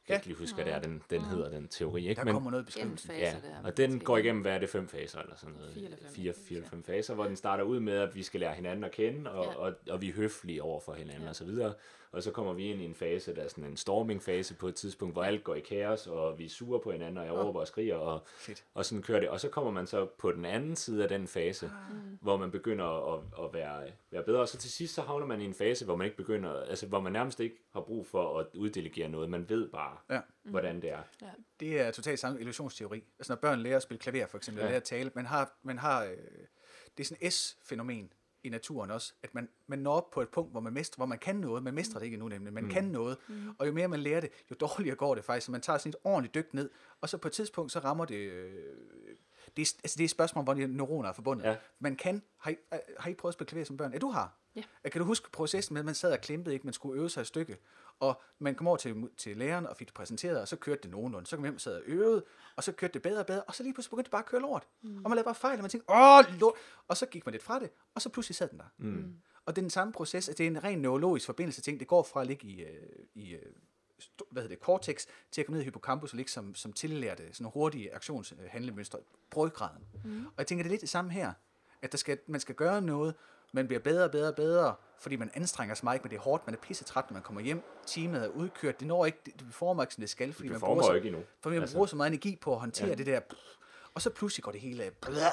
kan ikke lige huske, hvad det er, den, den hedder, den teori. Ikke? Der Men, kommer noget beskrivelse. faser ja, der. og den går igennem, hvad er det, fem faser eller sådan noget? Fire eller fem. Fire, fire eller fem faser, hvor den starter ud med, at vi skal lære hinanden at kende, og, Ja. og, og vi er høflige over for hinanden Ja. og så videre. Og så kommer vi ind i en fase, der er sådan en storming-fase på et tidspunkt, hvor alt går i kaos, og vi er sure på hinanden, og jeg råber og skriger, og, Fedt. og sådan kører det. Og så kommer man så på den anden side af den fase, Mm. hvor man begynder at, at være, være bedre. Og så til sidst, så havner man i en fase, hvor man ikke begynder, altså hvor man nærmest ikke har brug for at uddelegere noget. Man ved bare, Ja. hvordan det er. Ja. Det er totalt samme illusionsteori. Altså når børn lærer at spille klaver for eksempel, Ja. ja. lærer at tale, man har, man har øh, det er sådan et S-fænomen i naturen også, at man, man når op på et punkt, hvor man mestrer, hvor man kan noget, man mestrer det ikke endnu nemlig, man mm. kan noget, mm. og jo mere man lærer det, jo dårligere går det faktisk, så man tager sådan et ordentligt dyk ned, og så på et tidspunkt, så rammer det, øh, det, er, altså det er et spørgsmål, hvor de neuroner er forbundet. Ja. Man kan, har I, har I prøvet at spille klaver som børn? Ja, du har. Ja. Kan du huske processen med, at man sad og klimpede, ikke? Man skulle øve sig et stykke, og man kom over til, til læreren og fik det præsenteret, og så kørte det nogenlunde. Så kom man hjem og sad og øvede, og så kørte det bedre og bedre, og så lige pludselig begyndte det bare at køre lort. Mm. Og man lavede bare fejl, og man tænkte, åh, lort. Og så gik man lidt fra det, og så pludselig sad den der. Mm. Og det er den samme proces, at det er en ren neurologisk forbindelse ting. Det går fra at ligge i, øh, i øh, sto- hvad hedder det, cortex, til at komme ned i hippocampus og ligge som, som tillærte, sådan nogle hurtige aktionshandlemønstre, brødgraden. Mm. Og jeg tænker, det er lidt det samme her, at der skal, man skal gøre noget, man bliver bedre og bedre og bedre, fordi man anstrenger sig meget, men det er hårdt, man er pissetræt, når man kommer hjem, teamet er udkørt, det når ikke, det former ikke, som det skal, fordi Det man former bruger, jo så, ikke endnu. fordi man Altså. bruger så meget energi på at håndtere Ja. det der, og så pludselig går det hele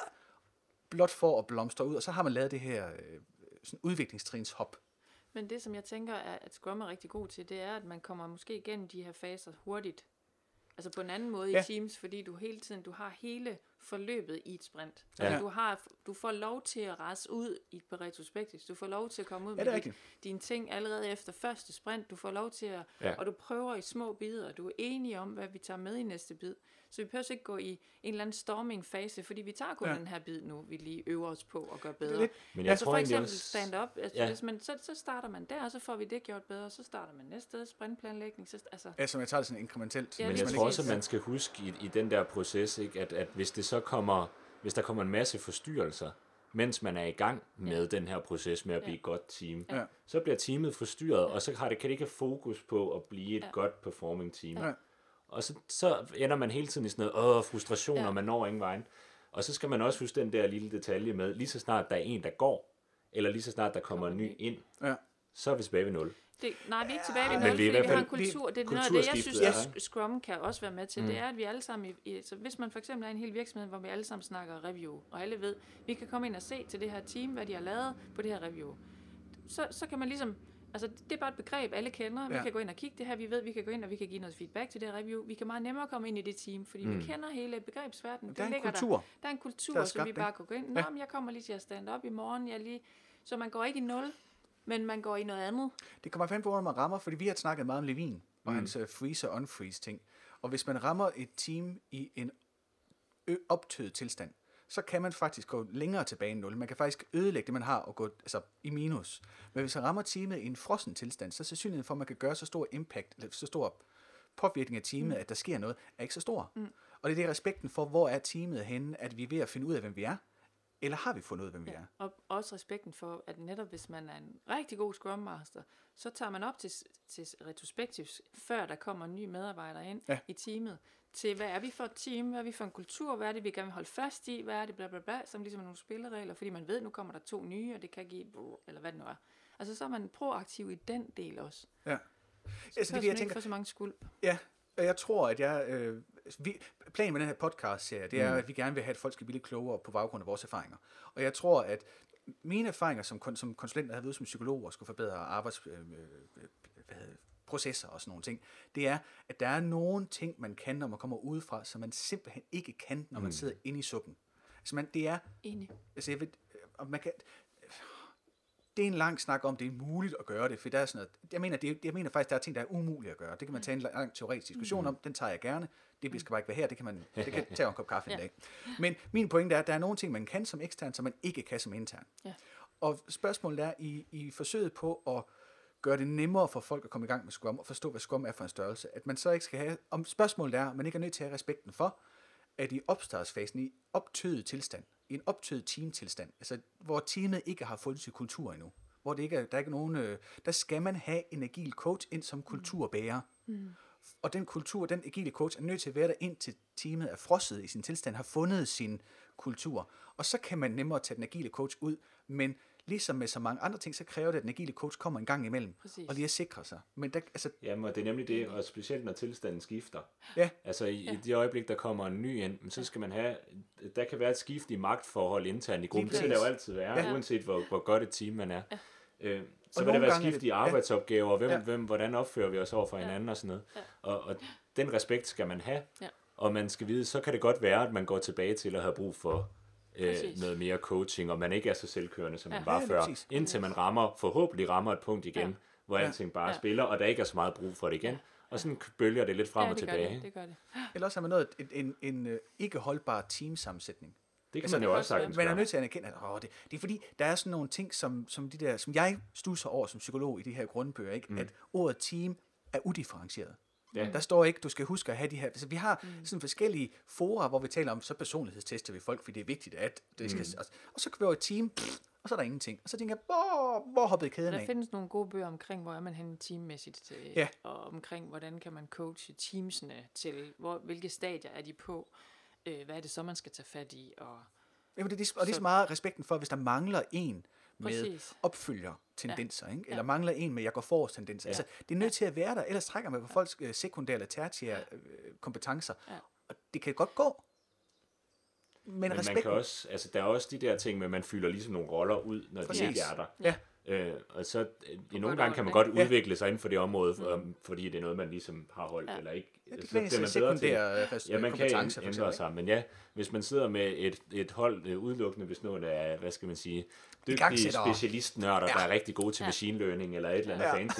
blot for at blomstre ud, og så har man lavet det her øh, sådan udviklingstrinshop. Men det, som jeg tænker, er, at Scrum er rigtig god til, det er, at man kommer måske igennem de her faser hurtigt. Altså på en anden måde Ja. i Teams, fordi du hele tiden, du har hele forløbet i et sprint. Ja. Altså du, har, du får lov til at rase ud i på retrospektivt. Du får lov til at komme ud Ja, med det er dit, rigtigt. dine ting allerede efter første sprint. Du får lov til at, Ja. og du prøver i små bidder. Du er enige om, hvad vi tager med i næste bid. Så vi behøver ikke gå i en eller anden storming-fase, fordi vi tager kun Ja. den her bid nu, vi lige øver os på at gøre Det er bedre. lidt- Men Ja, jeg Så tror for egentlig eksempel også... stand-up, altså Ja. hvis man, så, så starter man der, og så får vi det gjort bedre, og så starter man næste sted, sprintplanlægning, så, altså, Ja, som jeg tager det sådan inkrementelt. Ja, Men lige jeg man tror præcis. også, at man skal huske i, i den der proces, ikke, at, at hvis det så kommer, hvis der kommer en masse forstyrrelser, mens man er i gang med Ja. den her proces med at blive Ja. et godt team, Ja. så bliver teamet forstyrret, og så har det, kan det ikke have fokus på at blive et Ja. godt performing team. Ja. Og så, så ender man hele tiden i sådan noget, åh, frustration, Ja. og man når ingen vejen. Og så skal man også huske den der lille detalje med, lige så snart der er en, der går, eller lige så snart der kommer en ny ind, Ja. så er vi tilbage ved nul. det, nej, vi er ikke tilbage ved Men nul, vi er i fordi hvert vi har en fald- kultur, det er noget af det, jeg synes, kulturskiftet er, at Scrum kan også være med til, mm. det er, at vi alle sammen, i, i, så hvis man for eksempel er i en hel virksomhed, hvor vi alle sammen snakker review, og alle ved, vi kan komme ind og se til det her team, hvad de har lavet på det her review, så, så kan man ligesom, altså det er bare et begreb, alle kender, vi Ja. kan gå ind og kigge det her, vi ved, vi kan gå ind og vi kan give noget feedback til det her review, vi kan meget nemmere komme ind i det team, fordi mm. vi kender hele begrebsverdenen. Der er en ligger kultur. Der. der er en kultur, der er som skabt, vi ikke? bare kan gå ind, nå, Ja. men jeg kommer lige til at stand op i morgen, jeg lige, så man går ikke i nul, men man går i noget andet. Det kommer fandme på, hvor man rammer, fordi vi har snakket meget om Levin og mm. hans uh, freeze og unfreeze ting. Og hvis man rammer et team i en ø- optøet tilstand, så kan man faktisk gå længere tilbage end nul. Man kan faktisk ødelægge det, man har, og gå altså, i minus. Men hvis man rammer teamet i en frossen tilstand, så er sandsynligheden for, at man kan gøre så stor impact, eller så stor påvirkning af teamet, mm. at der sker noget, er ikke så stor. Mm. Og det er det respekten for, hvor er teamet henne, at vi er ved at finde ud af, hvem vi er, eller har vi fundet ud af, hvem vi er. Og også respekten for, at netop hvis man er en rigtig god Scrum Master, så tager man op til, til retrospektivs, før der kommer en ny medarbejder ind Ja. i teamet, til hvad er vi for et team, hvad er vi for en kultur, hvad er det, vi gerne vil holde fast i, hvad er det, bla bla bla, som ligesom er nogle spilleregler, fordi man ved, nu kommer der to nye, og det kan give, eller hvad det nu er. Altså så er man proaktiv i den del også. Ja. Så Altså, det, er altså, det, jeg ikke tænker, for så mange skuld. ja, og jeg tror, at jeg... Øh, vi, planen med den her podcast-serie, det er, Mm. at vi gerne vil have, at folk skal blive lidt klogere på baggrund af vores erfaringer. Og jeg tror, at mine erfaringer som, kon- som konsulent, der har været som psykolog og skulle forbedre arbejds... Øh, øh, hvad hedder det, processer og sådan nogle ting, det er, at der er nogle ting, man kan, når man kommer udefra, som man simpelthen ikke kan, når man Mm. sidder inde i suppen. Altså, man, det er... Enig. Altså, jeg ved, øh, om man kan... Det er en lang snak om, det er muligt at gøre det, for der er sådan noget, jeg mener, det, jeg mener faktisk, der er ting, der er umulige at gøre. Det kan man tage en lang teoretisk diskussion Mm. om, den tager jeg gerne. Det skal bare ikke være her, det kan man det kan tage en kop kaffe en Ja. dag. Men min pointe er, at der er nogle ting, man kan som ekstern, som man ikke kan som intern. Ja. Og spørgsmålet er, i, i forsøget på at gøre det nemmere for folk at komme i gang med Scrum, og forstå, hvad Scrum er for en størrelse, at man så ikke skal have, om spørgsmålet er, at man ikke er nødt til at have respekten for, at i opstartsfasen, i optøet tilstand, i en optøet teamtilstand, altså hvor teamet ikke har fundet sin kultur endnu, hvor det ikke er, der er ikke nogen, øh, der skal man have en agil coach ind som kulturbærer. Mm. Og den kultur, den agile coach, er nødt til at være der, indtil teamet er frosset i sin tilstand, har fundet sin kultur. Og så kan man nemmere tage den agile coach ud, men ligesom med så mange andre ting, så kræver det, at den agile coach kommer en gang imellem, Præcis. og lige at sikre sig. Men der, altså, Jamen, og det er nemlig det, og specielt når tilstanden skifter. Ja. Altså i, Ja. i det øjeblik, der kommer en ny ind, så skal man have, der kan være et skift i magtforhold internt i gruppen. Lige Det vil der jo præcis. altid være, Ja. uanset hvor, hvor godt et team man er. Ja. Øh, så Og vil der nogle være gange er skift det- i arbejdsopgaver, hvem, Ja. hvem, hvordan opfører vi os over for hinanden og sådan noget. Ja. Og, og den respekt skal man have, Ja. og man skal vide, så kan det godt være, at man går tilbage til at have brug for øh, Præcis. noget mere coaching, og man ikke er så selvkørende, som Ja. man var Ja, lige før, præcis. indtil man rammer, forhåbentlig rammer et punkt igen, Ja. hvor Ja. alting bare Ja. spiller, og der ikke er så meget brug for det igen. Ja. Og sådan bølger det lidt frem Ja, og det gør tilbage. det, det gør det. eller også har man nået en, en, en, en ikke holdbar teamsammensætning. Det kan Altså, man jo det også kan sagtens Man er gøre. nødt til at anerkende, at åh, det, det er fordi, der er sådan nogle ting, som, som, de der, som jeg stusser over som psykolog i de her grundbøger, ikke? Mm. At ordet team er udifferentieret. Ja. Der står ikke, du skal huske at have de her... Altså, vi har mm. sådan forskellige fora, hvor vi taler om, så personlighedstester vi folk, fordi det er vigtigt, at det skal... Mm. Og så kan vi over et team, og så er der ingenting. Og så tænker jeg, hvor, hvor hoppede kæden Der af? findes nogle gode bøger omkring, hvor er man henne teammæssigt, øh, Ja. og omkring, hvordan kan man coache teamsene til, hvor, hvilke stadier er de på, øh, hvad er det så, man skal tage fat i, og Ja, men det, er, og det er Så- så meget respekten for, hvis der mangler en med Præcis. opfølger-tendenser, ikke? eller Ja. mangler en med jeg går forrest tendenser. Ja. Altså, det er nødt til at være der, ellers trækker man på folks øh, sekundære eller tertiære øh, kompetencer. Ja. Og det kan godt gå. Men, Men man respekten... kan også, altså der er også de der ting med, at man fylder ligesom nogle roller ud, når de Præcis. ikke er der. Ja. Øh, og så øh, i nogle godt gange kan man over godt det. udvikle sig inden for det område, for, um, fordi det er noget, man ligesom har holdt, Ja. eller ikke. Ja, det så kan være bliver man sig bedre til. sekundære øh, res- Ja, man kan kompetencer, for ændre eksempel. sig, men ja, hvis man sidder med et, et hold øh, udelukkende, hvis nogen er, hvad skal man sige, dygtige Igangsættere. specialistnørder, Ja. der er rigtig gode til Ja. machine learning, eller et eller andet Ja. fancy,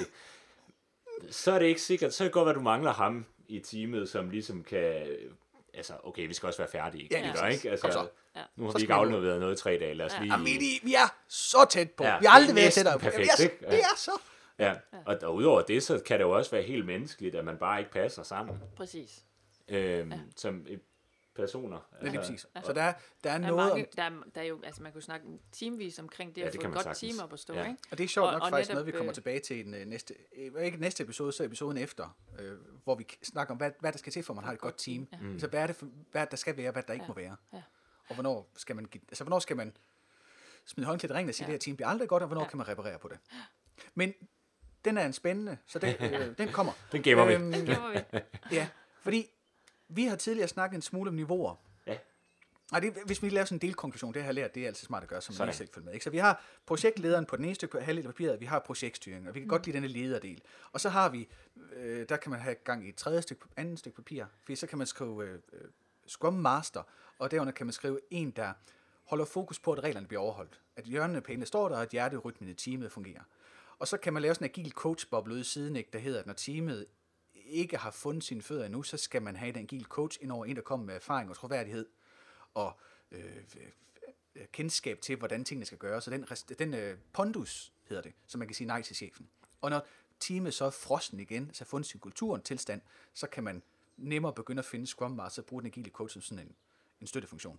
så er det ikke sikkert, så kan det godt være, at du mangler ham i teamet, som ligesom kan, altså, okay, vi skal også være færdige, Ja, ja, lige ikke? Altså, Kom så. Ja. nu har Så vi skal ikke vi gå. afleveret noget i tre dage, lad os Ja. lige... Jamen, vi, vi er så tæt på. Ja, Vi har aldrig det er været næsten tættere på. perfekt, Vi er, så- ikke? Ja. det er så... Ja, og, og udover det, så kan det jo også være helt menneskeligt, at man bare ikke passer sammen præcis. øhm, ja. som øh, personer. Ja, lige præcis. Ja. Så der er, der er Der er, noget mange, om... der, er, der er jo, altså man kunne snakke teamvis omkring det, Ja, at det få kan et man godt sagtens. team op at stå, Ja. ikke? Og det er sjovt Og- nok og faktisk netop, noget, vi kommer øh, tilbage til i den øh, næste... Øh, ikke næste episode, så episoden efter, øh, hvor vi k- snakker om, hvad, hvad der skal til, for at man har et godt team. Ja. Mm. Altså, hvad er det for, hvad der skal være, hvad der ikke Ja. må være. Ja. Og hvornår skal man... give- Altså, hvornår skal man smide håndklædet i ringen og sige, Ja. det her team bliver aldrig godt, og hvornår Ja. kan man reparere på det. Men den er en spændende, så den, øh, den kommer. Den gemmer vi. Øhm, Det må vi. Ja, fordi vi har tidligere snakket en smule om niveauer. Ja. Nej, det, hvis vi laver sådan en delkonklusion, det har jeg lært, det er altid smart at gøre, som man Sådan. lige selv følger med. Ikke? Så vi har projektlederen på den ene stykke halvdel af papiret, vi har projektstyring, og vi kan mm. godt lide denne lederdel. Og så har vi, øh, der kan man have gang i et tredje stykke, andet stykke papir, for så kan man skrive øh, øh, Scrum Master, og derunder kan man skrive en, der holder fokus på, at reglerne bliver overholdt. At hjørnene pæne står der, og at hjerterytmen i teamet fungerer. Og så kan man lave sådan en agil coach-boble ude i siden, ikke, der hedder, at når teamet ikke har fundet sine fødder endnu, så skal man have en agil coach ind over en, der kommer med erfaring og troværdighed og øh, øh, kendskab til, hvordan tingene skal gøres. Så den, rest- den øh, pondus hedder det, så man kan sige nej til chefen. Og når teamet så er frossen igen, så har fundet sin kultur og tilstand, så kan man nemmere begynde at finde Scrum Master og bruge den agile coach som sådan en, en støttefunktion.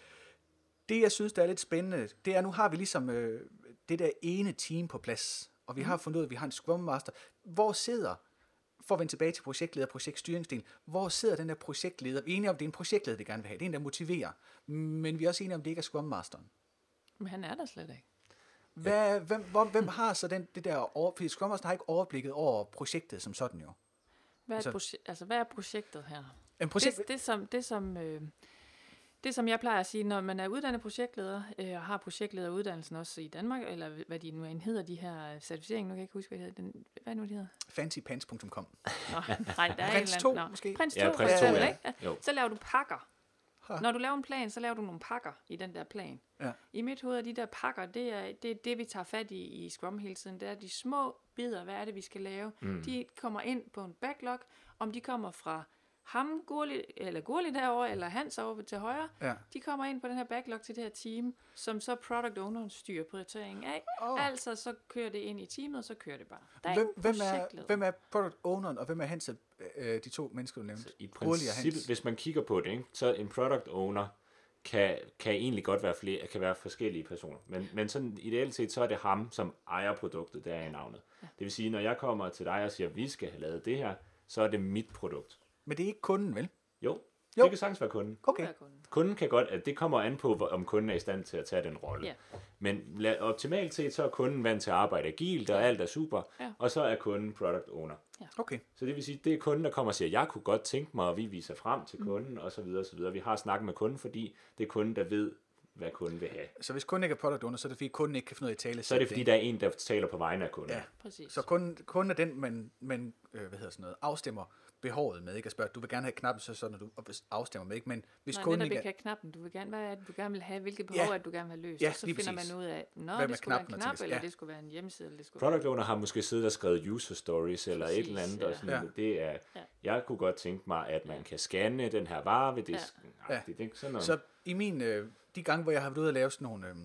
Det, jeg synes, der er lidt spændende, det er, nu har vi ligesom øh, det der ene team på plads, og vi mm. har fundet ud af, at vi har en Scrum Master. Hvor sidder, for at vende tilbage til projektleder og projektstyringsdel, hvor sidder den der projektleder? Vi er enige om, at det er en projektleder, vi gerne vil have. Det er en, der motiverer. Men vi er også enige om, at det ikke er Scrum Masteren. Men han er der slet ikke. Hvad, hvem, hvor, hvem har så den, det der over, fordi Scrum Master har ikke overblikket over projektet som sådan jo. Hvad er, Altså- altså, proje- altså, hvad er projektet her? En projekt, Det, det, som, det, som, øh, det, som jeg plejer at sige, når man er uddannet projektleder, øh, og har projektlederuddannelsen også i Danmark, eller hvad de nu end hedder, de her certificeringer, nu kan jeg ikke huske, hvad det hedder. Den, hvad er nu, de hedder? fancypants punktum com. Nå, nej, der er Prins en to, eller anden. Nå, måske? Prins Ja, to, Prins for to, eksempel, ja. ikke? Ja. Jo. Så laver du pakker. Ha. Når du laver en plan, så laver du nogle pakker i den der plan. Ja. I mit hoved er de der pakker, det er det, er det vi tager fat i i Scrum hele tiden. Det er de små bidder, hvad er det, vi skal lave. Mm. De kommer ind på en backlog, om de kommer fra ham, Gurli, eller Gurli derovre, eller Hans over til højre. Ja. De kommer ind på den her backlog til det her team, som så product owneren styrer prioriteringen af. Åh. Oh. Altså, så kører det ind i teamet, og så kører det bare. Der er Hvem, ingen hvem, er, projektleder. hvem er product owneren, og hvem er Hans, øh, de to mennesker, du nævnte? I Gurli og princippet, Hans. hvis man kigger på det, ikke, så en product owner kan, kan egentlig godt være flere, kan være forskellige personer. Men, men sådan ideelt set, så er det ham, som ejer produktet, der er i navnet. Ja. Det vil sige, når jeg kommer til dig og siger, at vi skal have lavet det her, så er det mit produkt. Men det er ikke kunden, vel? Jo, Jo. det kan sagtens være kunden. Okay. Kunne være kunden. Kunden kan godt, at det kommer an på, hvor- om kunden er i stand til at tage den rolle. Ja. Men la- optimalt set, så er kunden vant til at arbejde agilt, og alt er super, Ja. og så er kunden product owner. Okay. Så det vil sige, det er kunden, der kommer og siger, jeg kunne godt tænke mig, at vi viser frem til kunden, og så videre, og så videre. Vi har snakket med kunden, fordi det er kunden, der ved, hvad kunden vil have. Så hvis kunden ikke er product owner, så er det fordi kunden ikke kan finde ud af at tale. Så er det, fordi der er en, der taler på vegne af kunden. Ja. Præcis. Så kunden, kunden er den, man, man øh, hvad hedder sådan noget, afstemmer behovet med, ikke? At spørge, du vil gerne have knappen, så sådan, når du afstemmer med, ikke? Men hvis Nej, kunden netop ikke ikke er... have knappen. Du vil gerne, hvad er det, du gerne vil have? Hvilke behov Ja. er det, du gerne vil have løst? Ja, og så lige finder præcis. man ud af, nå, Hvad med det skulle være en knappen og knap, ting? eller Ja. det skulle være en hjemmeside, eller det skulle Product owner har måske siddet og skrevet user stories, eller Præcis, et eller andet, ja. og sådan, Ja. det er, Ja. jeg kunne godt tænke mig, at man kan scanne den her vare ved disken. Ja. Ja. Det er ikke sådan noget. Så i min, øh, de gange, hvor jeg har været ude og lave sådan nogle, øh,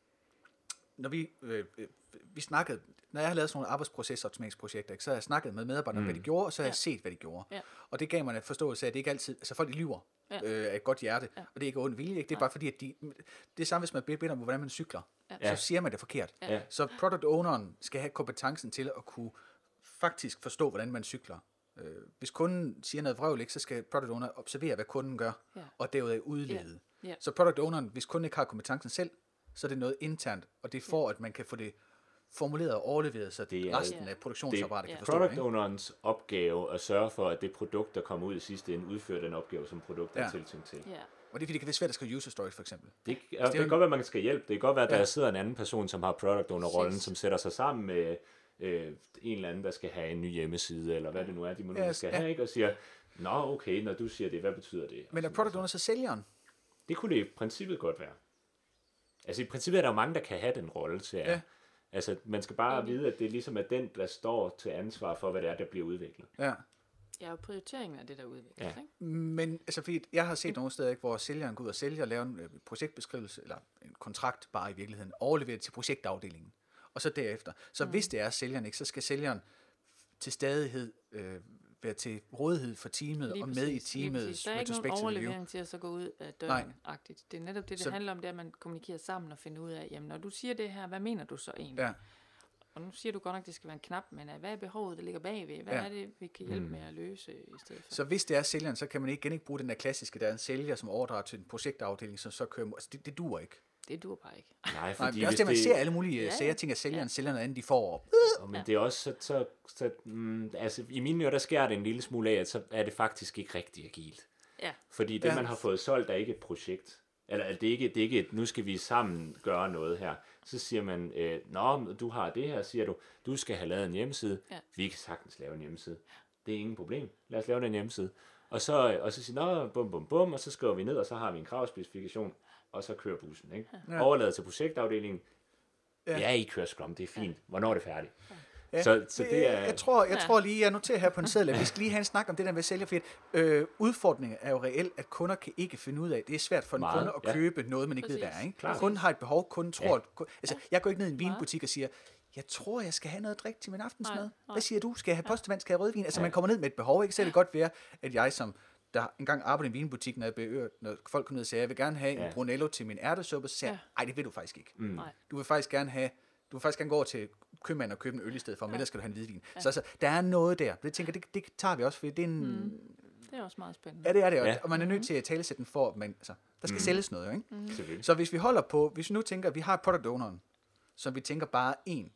når vi, øh, øh, vi snakkede, når jeg har lavet sådan nogle arbejdsprocesoptimeringsprojekter, ikke, så har jeg snakket med medarbejderne, mm. hvad de gjorde, og så har jeg Ja. set, hvad de gjorde. Ja. Og det gav mig en forståelse af, at det ikke altid, altså folk de lyver Ja. øh, af et godt hjerte, Ja. og det er ikke ond vilje, ikke? Det er Nej. bare fordi, at de, det er samme, hvis man beder om, hvordan man cykler, Ja. så siger man det forkert. Ja. Så product owneren skal have kompetencen til at kunne faktisk forstå, hvordan man cykler. Øh, hvis kunden siger noget vrøvl, ikke, så skal product owner observere, hvad kunden gør, Ja. og derudaf udlede. Ja. Ja. Så product owneren, hvis kunden ikke har kompetencen selv, så er det noget internt, og det er for, at man kan få det formuleret og overleveret, så Det er- resten Ja. af produktionsapparatet Det- kan ja. forstå det. Product Ikke? ownerens opgave at sørge for, at det produkt, der kommer ud i sidste ende, udfører den opgave, som produktet Ja. er tiltænkt til. Ja. Og det er fordi, det kan være svært at skrive user stories, for eksempel. Det, det, er det jo kan godt være, at man skal hjælpe. Det kan godt være, at der Ja. sidder en anden person, som har product owner-rollen, Præcis. som sætter sig sammen med øh, en eller anden, der skal have en ny hjemmeside, eller hvad det nu er, de må Ja, nu skal ja. have, ikke? Og siger, nå okay, når du siger det, hvad betyder det? Men er Og product sådan, owner så sælgeren? det kunne det i princippet godt være. Altså i princippet er der jo mange, der kan have den rolle til at, Ja. altså man skal bare vide, at det er ligesom at den, der står til ansvar for, hvad det er, der bliver udviklet. Ja. Ja, og prioriteringen af det, der udvikles, Ja. ikke? Men altså, fordi jeg har set nogle steder, ikke, hvor sælgeren går ud og sælger og laver en øh, projektbeskrivelse, eller en kontrakt bare i virkeligheden, overleverer det til projektafdelingen. Og så derefter. Så mm. hvis det er sælgeren, ikke, så skal sælgeren til stadighed øh, være til rådighed for teamet Lige og med i præcis, lige teamets præcis. Der er ikke nogen retrospective review. overlevering til at så gå ud af Nej. døren-agtigt. Det er netop det, det Så- handler om, det er, at man kommunikerer sammen og finder ud af, jamen når du siger det her, hvad mener du så egentlig? Ja. Og nu siger du godt nok, at det skal være en knap, men uh, hvad er behovet, der ligger bagved? Hvad Ja. er det, vi kan hjælpe med at løse i stedet for? Så hvis det er sælgeren, så kan man ikke, igen ikke bruge den der klassiske, der er en sælger, som overdrager til en projektafdeling, som så kører... Altså, det, det duer ikke. Det dur bare ikke. Nej, Nej, fordi det er også hvis det, man det, ser alle mulige Ja, ja, ja. sager, ting, at sælgeren ja. sælger noget andet, de får. Og men det er også, så, så, så mm, altså i mine ører, der sker det en lille smule af, at så er det faktisk ikke rigtig agilt. Ja, Fordi det, Ja. ja. man har fået solgt, er ikke et projekt. Eller at det ikke det er ikke et, nu skal vi sammen gøre noget her. Så siger man, øh, nå, du har det her, siger du, du skal have lavet en hjemmeside. Ja. Vi kan sagtens lave en hjemmeside. Det er ingen problem. Lad os lave den hjemmeside. Og så, og så siger nå, bum, bum, bum, og så skriver vi ned, og så har vi en kravspecifikation, og så kører bussen. Ikke? Ja. Ja. Overladet til projektafdelingen. Ja. Ja. ja, I kører Scrum, det er fint. Hvornår er det færdigt? Ja. Så, så det er... Jeg tror, jeg Ja. tror lige, jeg noterer her på en seddel, at vi skal lige have en snak om det der med sælger, fordi øh, udfordringen er jo reelt, at kunder kan ikke finde ud af, det er svært for en Meget, kunde at ja. købe noget, man ikke ved, hvad er. Præcis. Ikke? Klart. Kunden har et behov, kunden tror, Ja. at, ku- altså, jeg går ikke ned i en Meget. vinbutik og siger, jeg tror, jeg skal have noget drik til min aftensmad. Nej, nej. Hvad siger du? Skal jeg have postevand? Skal jeg have rødvin? Altså, Ja. man kommer ned med et behov, ikke? Så er det godt være, at jeg som der engang arbejdede i en vinbutik, når, jeg blev, når folk kom ned og sagde, jeg vil gerne have Ja. en Brunello til min ærtesuppe, så sagde jeg, Ja. ej, det vil du faktisk ikke. Mm. nej. Du vil faktisk gerne have, du vil faktisk gerne gå over til købmanden og købe en øl i stedet for, men ellers skal du have en hvidvin. Ja. Så altså, der er noget der. Det tænker jeg, det, det tager vi også, for det er en... Mm. Det er også meget spændende. Ja, det er det, Ja. ja. og man er nødt til at talesætte den for, at man, altså, der skal mm. sælges noget, jo, ikke? Mm. Selvfølgelig. Så hvis vi holder på, hvis vi nu tænker, at vi har product owneren, som vi tænker bare en,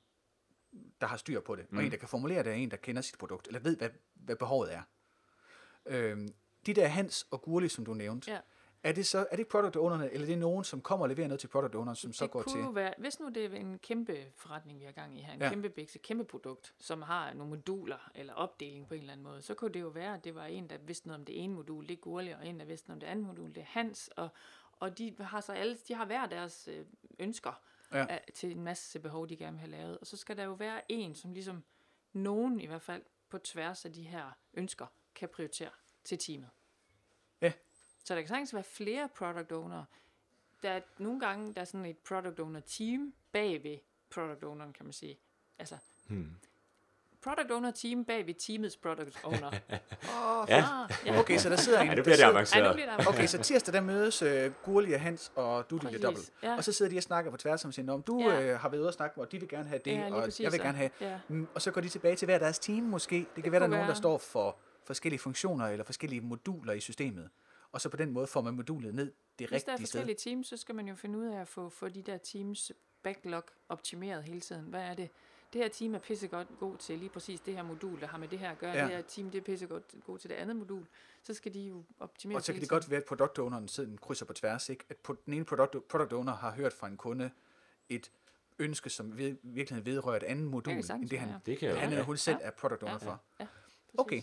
der har styr på det, mm. og en, der kan formulere det, og en, der kender sit produkt, eller ved, hvad, hvad behovet er. Øhm, de der Hans og Gurli, som du nævnte, Ja. er det så er det product ownerne, eller er det nogen, som kommer og leverer noget til product owneren, som så Det går kunne til... jo være, hvis nu det er en kæmpe forretning, vi har gang i her, en Ja. ja. kæmpe bikse, kæmpe produkt, som har nogle moduler eller opdeling på en eller anden måde, så kunne det jo være, at det var en, der vidste noget om det ene modul, det er Gurli, og en, der vidste noget om det andet modul, det er Hans, og, og de har så alle, de har hver deres øh, ønsker Ja. af, til en masse behov, de gerne vil have lavet, og så skal der jo være en, som ligesom nogen i hvert fald på tværs af de her ønsker, kan prioritere til teamet. Ja. Så der kan sagtens være flere product owner. Der er nogle gange, der er sådan et product owner team bag ved product owneren, kan man sige. Altså, Hmm. product owner team bag ved teamets product owner. Oh, Ja. Ah, ja. okay, så der sidder en... Ja, der det bliver det sidder- Ej, nu avanceret. bliver der Okay, så tirsdag der mødes uh, Gurli og Hans og du Præcis, lille dobbelt. ja. Og så sidder de og snakker på tværs om sin om du Ja. øh, har været ude og snakke, og de vil gerne have det, Ja, lige og præcis, jeg vil ja. gerne have. Ja. Mm, og så går de tilbage til hver deres team måske. Det, det kan være, der er kunne nogen, der være. står for forskellige funktioner eller forskellige moduler i systemet. Og så på den måde får man modulet ned det Hvis der er rigtige sted. forskellige teams, så skal man jo finde ud af at få, få de der teams backlog optimeret hele tiden. Hvad er det? Det her team er pissegodt god til lige præcis det her modul, der har med det her at gøre. Ja. Det her team, det er pissegodt god til det andet modul. Så skal de jo optimere. Og så kan det godt være, at product owneren siden krydser på tværs, ikke? At på den ene product, product owner har hørt fra en kunde et ønske, som ved, virkelig vedrører et andet modul, Det kan end det han, være, ja. Det kan jo han være. eller hun selv Ja. er product owner Ja. for. Ja, Okay.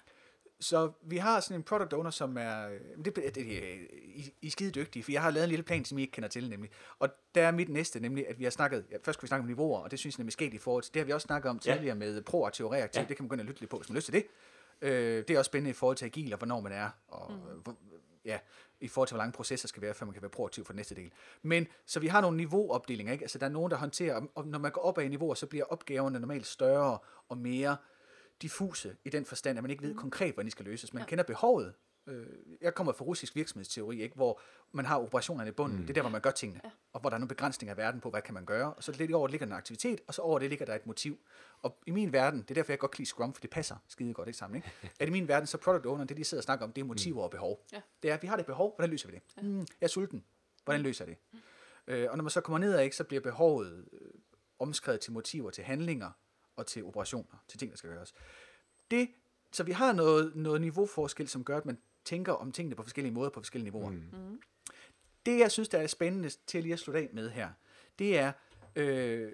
Så vi har sådan en product owner, som er, det, det, det, I, I er skide dygtige, for jeg har lavet en lille plan, som I ikke kender til, nemlig. Og der er mit næste, nemlig, at vi har snakket, ja, først skal vi snakke om niveauer, og det synes jeg nemlig sket i forhold til, det har vi også snakket om tidligere Ja. med proaktiv og reaktiv, Ja. det kan man gå ind og lytte lidt på, hvis man har lyst til det. Øh, det er også spændende i forhold til agil, og hvornår man er, og mm. hvor, ja, i forhold til, hvor lange processer skal være, før man kan være proaktiv for den næste del. Men, så vi har nogle niveauopdelinger, ikke? Altså, der er nogen, der håndterer, og når man går op ad i niveauer, så bliver opgaverne normalt større og mere diffuse i den forstand, at man ikke ved konkret, hvordan de skal løses. Man ja. kender behovet. Jeg kommer fra russisk virksomhedsteori, ikke? Hvor man har operationerne i bunden. Mm. Det er der, hvor man gør tingene. Ja. Og hvor der er nogle begrænsninger af verden på, hvad kan man gøre. Og så lidt over ligger en aktivitet, og så over det ligger der et motiv. Og i min verden, det er derfor, jeg godt kan lide Scrum, for det passer skide godt ikke sammen. Ikke? At i min verden, så product owner, det de sidder og snakker om, det er motiver og behov. Ja. Det er, at vi har det behov, hvordan løser vi det? Ja. Mm, jeg er sulten. Hvordan løser jeg det? Mm. Øh, og når man så kommer nedad, ikke, så bliver behovet øh, omskrevet til motiver, til handlinger og til operationer, til ting, der skal gøres. Det, så vi har noget, noget niveauforskel, som gør, at man tænker om tingene på forskellige måder, på forskellige niveauer. Mm. Mm. Det, jeg synes, der er spændende til lige at slutte af med her, det er øh,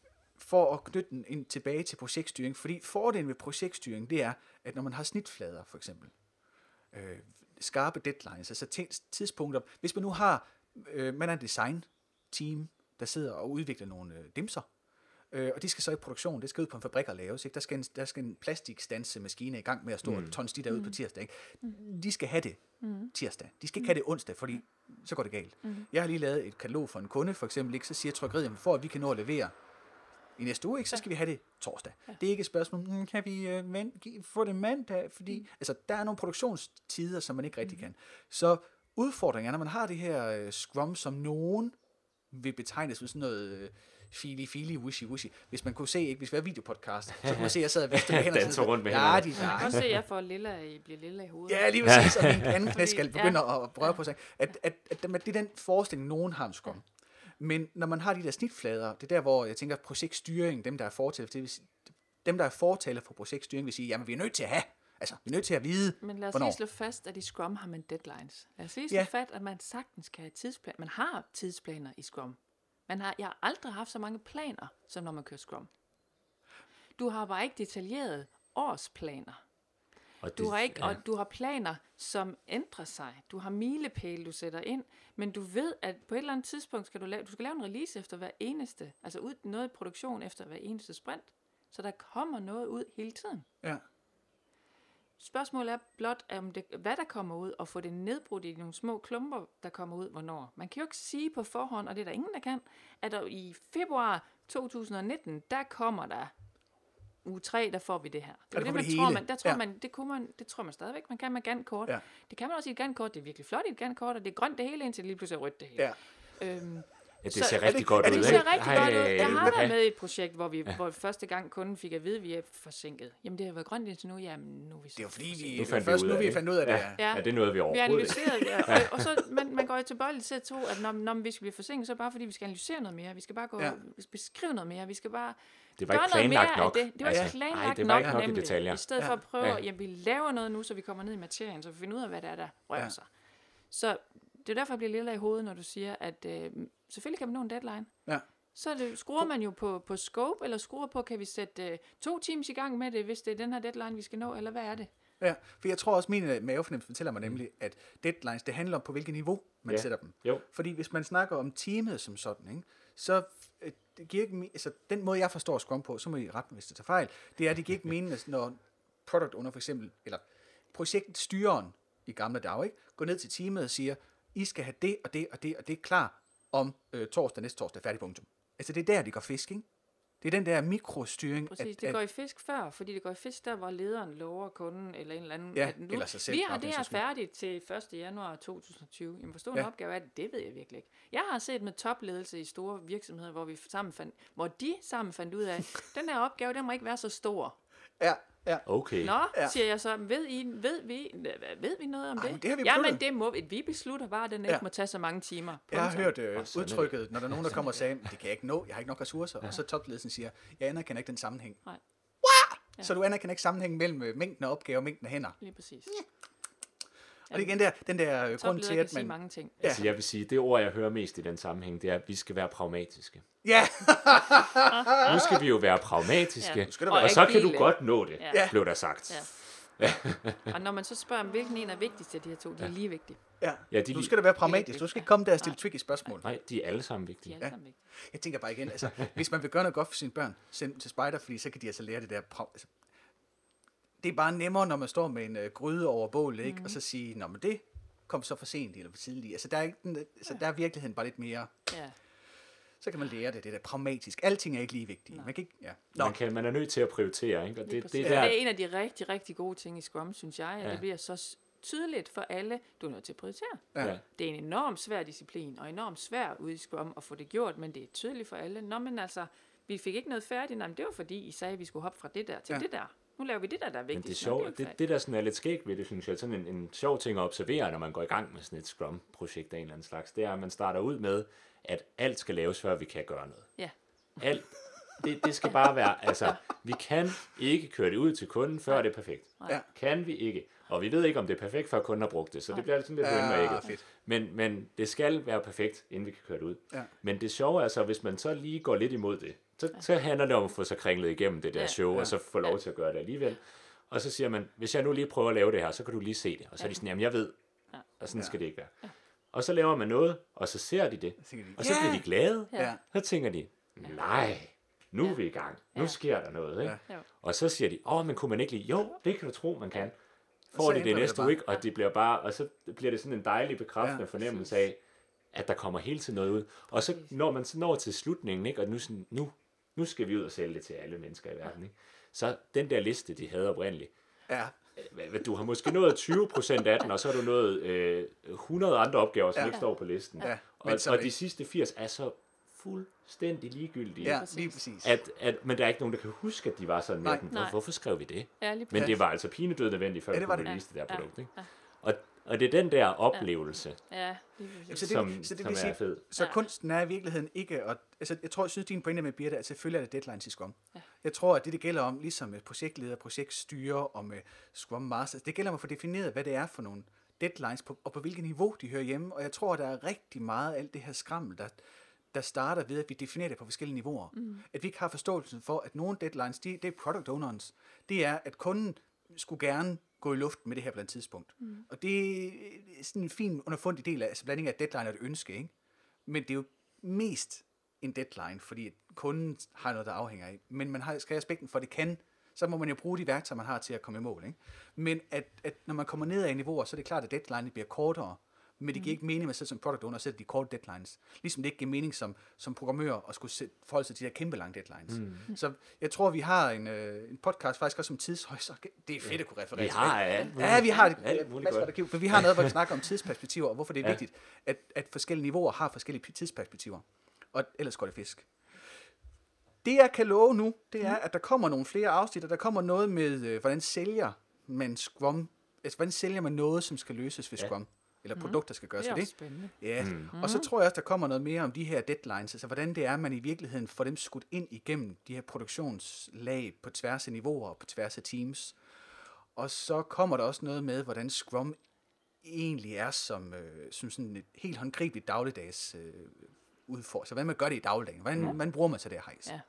for at knytte den ind tilbage til projektstyring, fordi fordelen ved projektstyring, det er, at når man har snitflader, for eksempel, øh, skarpe deadlines, altså tidspunkter, hvis man nu har, øh, man er en design-team, der sidder og udvikler nogle øh, dimser, Øh, og de skal så i produktion, det skal ud på en fabrik og laves, ikke? Der skal en, der skal en plastikstansemaskine i gang med at stå mm. og tons de der ud mm. på tirsdag, ikke? De skal have det mm. tirsdag. De skal ikke have det onsdag, fordi så går det galt. Mm. Jeg har lige lavet et katalog for en kunde, for eksempel, ikke? Så siger trykkeriet, for at vi kan nå at levere i næste uge, ikke? Så skal vi have det torsdag. Ja. Det er ikke et spørgsmål, mm, kan vi øh, vent, få det mandag? Fordi mm. altså, der er nogle produktionstider, som man ikke rigtig mm. kan. Så udfordringen er, når man har det her øh, Scrum, som nogen vil betegne som sådan noget Øh, fili, fili, wishy, wishy. Hvis man kunne se, ikke, hvis vi var videopodcast, så kunne man se, at jeg sad og viste med hænderne. Danser rundt med hænderne. Ja, de, jeg kan også se, at jeg får lilla i, bliver lilla i hovedet. Ja, lige præcis, og min anden knæ skal begynde ja. at røre på sig. At, at, at, at det er den forestilling, nogen har om Scrum. Ja. Men når man har de der snitflader, det er der, hvor jeg tænker, at projektstyring, dem der er fortaler, det vil sige, dem der er fortaler for projektstyring, vil sige, jamen vi er nødt til at have, altså vi er nødt til at vide, men lad os hvornår. lige slå fast, at i Scrum har man deadlines. Lad os lige slå Ja. fast, at man sagtens kan have tidsplaner. Man har tidsplaner i Scrum. Man har, jeg har aldrig haft så mange planer, som når man kører Scrum. Du har bare ikke detaljerede årsplaner. Og det, Du har ikke, ja. og du har planer, som ændrer sig. Du har milepæle, du sætter ind, men du ved, at på et eller andet tidspunkt skal du lave, du skal lave en release efter hver eneste, altså ud noget i produktion efter hver eneste sprint, så der kommer noget ud hele tiden. Ja. Spørgsmålet er blot, om det, hvad der kommer ud, og få det nedbrudt i nogle små klumper, der kommer ud, hvornår. Man kan jo ikke sige på forhånd, og det er der ingen, der kan, at der i februar to tusind nitten, der kommer der uge tre, der får vi det her. Det er der det, man det tror, hele. man, der tror Ja. man, det, kunne man, det tror man stadigvæk, man kan med Gantt-kort. Ja. Det kan man også i et Gantt-kort, det er virkelig flot i et Gantt-kort, og det er grønt det hele, indtil det lige pludselig er rødt det hele. Ja. Øhm, Ja, det Så- ser er rigtig det- godt er ud, det- det ikke? ser rigtig Ej, godt ud. Jeg har ja. været med i et projekt, hvor vi, hvor første gang kunden fik at vide, at vi er forsinket. Jamen, det har været grønt indtil nu. Jamen, nu er vi så Det er jo fordi, forsinket. vi, Nu fandt vi først ud nu af vi det. fandt ud af det. Ja. Ja. Ja. Ja, det nåede vi Vi har overhovedet ikke. analyseret det, og, og så man, man går jo tilbøjeligt til at tro, at når, når vi skal blive forsinket, så er det bare fordi, vi skal analysere noget mere. Vi skal bare gå Ja. beskrive noget mere. Vi skal bare Det var gøre ikke noget mere planlagt nok. af det. Det var Altså, ikke planlagt nej, det var ikke nok i nemlig. detaljer. I stedet Ja. for at prøve, Ja. at jamen, vi laver noget nu, så vi kommer ned i materien, så vi finder ud af, hvad det er, der rører Ja. sig. Så det er derfor, jeg bliver lille i hovedet, når du siger, at øh, selvfølgelig kan man nå en deadline. Ja. Så det, skruer man jo på, på scope, eller skruer på, kan vi sætte øh, to teams i gang med det, hvis det er den her deadline, vi skal nå, eller hvad er det? Ja, for jeg tror også, min mavefornemmelse fortæller mig nemlig, at deadlines, det handler om, på hvilket niveau man Ja. sætter dem. Jo. Fordi hvis man snakker om teamet som sådan, ikke, så øh, det giver ikke, me- altså, den måde, jeg forstår Scrum på, så må I rette mig, hvis det tager fejl, det er, at det giver ikke mening, at når product owner for eksempel, eller projektstyreren i gamle dage, ikke, går ned til teamet og siger, I skal have det og det og det, og det er klar om øh, torsdag, næste torsdag, færdig punktum. Altså det er der, de går fisk, ikke? Det er den der mikrostyring. Præcis, at, det at, går i fisk før, fordi det går i fisk der, hvor lederen lover kunden, eller en eller anden, Ja, at nu, eller sig selv, vi bare har for det den her sags skyld. færdigt til første januar to tusind og tyve. Jamen, hvor stor en Ja. opgave er det? Det ved jeg virkelig ikke. Jeg har set med topledelse i store virksomheder, hvor vi sammen fandt, hvor de sammen fandt ud af, den her opgave, den må ikke være så stor. ja, Ja. Okay. Nå, Ja. ja. siger jeg så, ved, I, ved, vi, ved vi noget om Ej, det? men det har vi Jamen, besluttet. det må vi beslutter bare, at den ikke Ja. må tage så mange timer. Jeg har Punktum. hørt øh, Og sådan er det. udtrykket, når der er nogen, der kommer og siger, det kan jeg ikke nå, jeg har ikke nok ressourcer, og så topledelsen siger, jeg anerkender ikke den sammenhæng. Nej. Ja. Så du anerkender ikke sammenhængen mellem øh, mængden af opgaver og mængden af hænder. Lige præcis. Og det er igen der, den der øh, grund Topleder til, kan at sige man... mange ting. Ja. Altså, jeg vil sige, det ord, jeg hører mest i den sammenhæng, det er, at vi skal være pragmatiske. Ja, Nu skal vi jo være pragmatiske, Ja. skal der Og være. og så kan du agile. godt nå det, Ja. blev der sagt. Ja. Og når man så spørger, om hvilken en er vigtigst af de her to, de er lige vigtige. ja. Ja, de du lige- skal da være pragmatisk. Du skal ikke komme der og stille tricky spørgsmål. Nej, de er alle sammen De er vigtige. alle sammen vigtige. Jeg tænker bare igen, altså, hvis man vil gøre noget godt for sine børn, send dem til spejder, fordi så kan de altså lære det der... Pra- altså, det er bare nemmere, når man står med en øh, gryde over bålet, ikke? Mm. Og så sige, nå, men det kom så for sent eller for tidligt. Altså, der er, ikke den, altså, der er virkeligheden bare lidt mere... Ja. Så kan man lære det, det der pragmatisk. Alting er ikke lige vigtigt. Man kan ikke... Ja. Nå, Man, kan, man er nødt til at prioritere, ikke? Og Lige det, præcis. det Det der, er en af de rigtig, rigtig gode ting i Scrum, synes jeg, at Ja. det bliver så s- tydeligt for alle, du er nødt til at prioritere. Ja. ja. Det er en enormt svær disciplin, og enormt svær ude i Scrum at få det gjort, men det er tydeligt for alle. Nå, men altså, vi fik ikke noget færdigt, nej, men det var fordi, I sagde, at vi skulle hoppe fra det der til Ja. ja. det der. Nu laver vi det der, der er Men vigtigt. det er sjovt, det, det der sådan er lidt skægt ved det, synes jeg, sådan en, en sjov ting at observere, når man går i gang med sådan et Scrum-projekt af en eller anden slags, det er, at man starter ud med, at alt skal laves, før vi kan gøre noget. Ja. Alt, det, det skal bare være, altså, vi kan ikke køre det ud til kunden, før det er perfekt. Ja. Kan vi ikke. Og vi ved ikke, om det er perfekt, før kunden har brugt det, så det bliver sådan lidt høn og Ja, ægget. fedt. Men, men det skal være perfekt, inden vi kan køre det ud. Ja. Men det sjove er altså, hvis man så lige går lidt imod det, så, så handler det om at få sig kringlet igennem det der Ja. show, og så få lov til at gøre det alligevel. Og så siger man, hvis jeg nu lige prøver at lave det her, så kan du lige se det. Og så er de sådan, jamen jeg ved, og sådan Ja. skal det ikke være. Og så laver man noget, og så ser de det, Så tænker de, og så ja. bliver de glade. Ja. Så tænker de, nej, nu er vi i gang. Nu sker der noget. Ikke? Ja. Og så siger de, åh, men kunne man ikke lige? Jo, det kan du tro, man kan. så Får de ændrer det vi næste det bare. uge, ikke? Og det bliver bare, og så bliver det sådan en dejlig bekræftende Ja, fornemmelse af, at der kommer hele tiden noget ud. Og så når man så når til slutningen, ikke? Og nu, sådan, nu, nu skal vi ud og sælge det til alle mennesker i verden. Ikke? Så den der liste, de havde oprindeligt, Ja. hvad- du har måske nået tyve procent af den, og så har du nået øh, hundrede andre opgaver, som Ja. ikke står på listen. Ja, Og, men så og ikke. de sidste firs er så fuldstændig ligegyldige. Ja, præcis. lige præcis. At, at, men der er ikke nogen, der kan huske, at de var sådan. Nej. Hvor, Nej. hvorfor skrev vi det? Ja, lige Men præcis. det var altså pinedød nødvendigt, før Ja, ja, det vi var kunne det. release det der Ja. produkt. Ikke? Ja. Og, og det er den der oplevelse, Ja, lige præcis. Jamen, så det, som, så det som vil er sige, fed. så Ja. kunsten er i virkeligheden ikke at... Altså, jeg tror, jeg synes, din pointe med Birte, at selvfølgelig er det deadlines i Scrum. Ja. Jeg tror, at det, det gælder om, ligesom med projektleder, projektstyre og med Scrum Masters, det gælder om at få defineret, hvad det er for nogle deadlines, på, og på hvilket niveau de hører hjemme. Og jeg tror, at der er rigtig meget af alt det her skrammel, der, der starter ved, at vi definerer det på forskellige niveauer. Mm. At vi ikke har forståelsen for, at nogle deadlines, de, det er product owners. Det er, at kunden skulle gerne gå i luften med det her på et tidspunkt. Mm. Og det er sådan en fin underfundig del af, altså blanding af deadline og et ønske, ikke? Men det er jo mest en deadline, fordi at kunden har noget, der afhænger af. Men man har, skal have respekten for, at det kan, så må man jo bruge de værktøjer, man har til at komme i mål, ikke? Men at, at når man kommer ned ad niveauer, så er det klart, at deadline bliver kortere, men det giver ikke mening, at man selv som product owner at sætte de korte deadlines. Ligesom det ikke giver mening som, som programmør at skulle sætte, forholde sig til de her kæmpe lange deadlines. Mm. Så jeg tror, vi har en, øh, en podcast faktisk også om tidshøjst. Det er fedt at kunne referere Vi til. har alt muligt. Ja, vi har alt det. muligt godt. For vi har noget, hvor vi snakker om tidsperspektiver, og hvorfor det er Ja. vigtigt, at, at forskellige niveauer har forskellige tidsperspektiver. Og ellers går det fisk. Det, jeg kan love nu, det er, at der kommer nogle flere afsnit, og der kommer noget med, øh, hvordan sælger man Scrum, altså hvordan sælger man noget, som skal løses ved Ja. Scrum, eller produkter skal Det gøres er ved også det. spændende. Ja, mm. Og så tror jeg også, der kommer noget mere om de her deadlines, altså hvordan det er, man i virkeligheden får dem skudt ind igennem de her produktionslag på tværs af niveauer og på tværs af teams. Og så kommer der også noget med, hvordan Scrum egentlig er som, øh, som sådan et helt håndgribeligt dagligdags øh, udfordring. Så hvordan man gør det i dagligdagen, hvordan ja. man bruger man til det her hejs. Ja.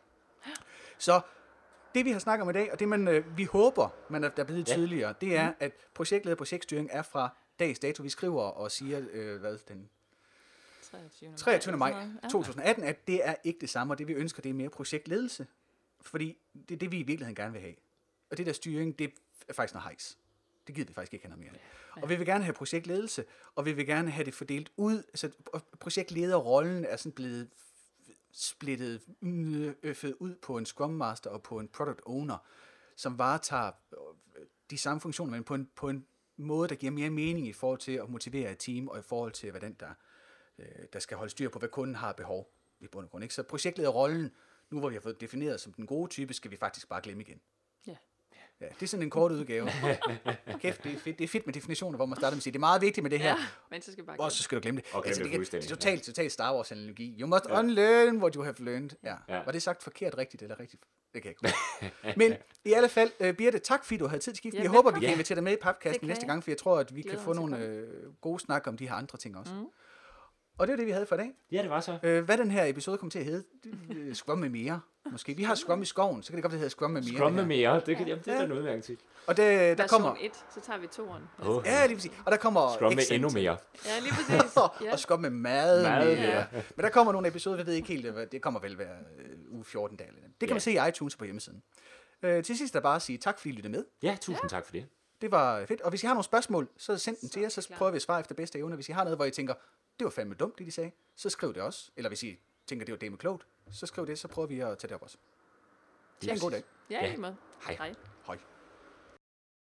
Så det vi har snakket om i dag, og det man, øh, vi håber, man er, der er blevet Ja. tydeligere, det er, at projektleder og projektstyring er fra dags dato. Vi skriver og siger, øh, hvad den treogtyvende maj to tusind atten, at det er ikke det samme, og det vi ønsker, det er mere projektledelse. Fordi det er det, vi i virkeligheden gerne vil have. Og det der styring, det er faktisk noget hejs. Det gider vi faktisk ikke have noget mere. Ja. Og vi vil gerne have projektledelse, og vi vil gerne have det fordelt ud. Altså projektlederrollen er sådan blevet splittet øffet ud på en Scrum Master og på en Product Owner, som varetager de samme funktioner, men på en, på en måde, der giver mere mening i forhold til at motivere et team, og i forhold til, hvordan der, der skal holde styr på, hvad kunden har behov i bund og grund. Ikke? Så projektlederrollen, nu hvor vi har fået defineret som den gode type, skal vi faktisk bare glemme igen. Ja. Ja, det er sådan en kort udgave. Kæft, det er fedt, det er fedt med definitioner, hvor man starter med at sige, det er meget vigtigt med det her. Ja, men så skal vi bare Og så skal du glemme det. Og glemme altså, det det, fuldstændig. det er totalt, totalt Star Wars-analogi. You must Ja. unlearn what you have learned. Ja. Ja. Var det sagt forkert rigtigt eller rigtigt? Det kan jeg ikke. Men i alle fald, uh, Birte, tak fordi du havde tid til skift. Ja, Jeg håber, vi velkommen. kan Ja. invitere dig med i Det podcasten kan næste jeg. gang, for jeg tror, at vi Glæder kan få mig til nogle at øh, gode snak om de her andre ting også. Mm. Og det var det, vi havde for i dag. Ja, det var så. Øh, hvad den her episode kommer til at hedde? Øh, Scrum med mere, måske. Vi har Scrum i skoven, så kan det godt være, det hedder Scrum med mere. Scrum det med her. mere. Det, kan, jamen, det er Ja. da en udmærket til. Og det, der Version kommer... et, så tager vi toeren. Åh. Ja, lige præcis. Og der kommer... Scrum med Accent. endnu mere. Ja, lige præcis. Ja. Og Scrum med meget, Meget mere. mere. Men der kommer nogle episoder, jeg ved ikke helt, hvad- det kommer vel hver øh, uge fjorten dage. Eller det kan Ja. man se i iTunes på hjemmesiden. Øh, til sidst er bare at sige tak, fordi I lyttede med. Ja, tusind tak for det. Det var fedt. Og hvis I har nogle spørgsmål, så send dem Så til os, så klart. prøver vi at svare efter bedste evne. Hvis I har noget, hvor I tænker, det var fandme dumt, det de sagde, så skriv det også. Eller hvis I tænker, det var det med klogt, så skriv det, så prøver vi at tage det op også. Ha' en god dag. Ja, Ja. lige måde. Hej. Hej.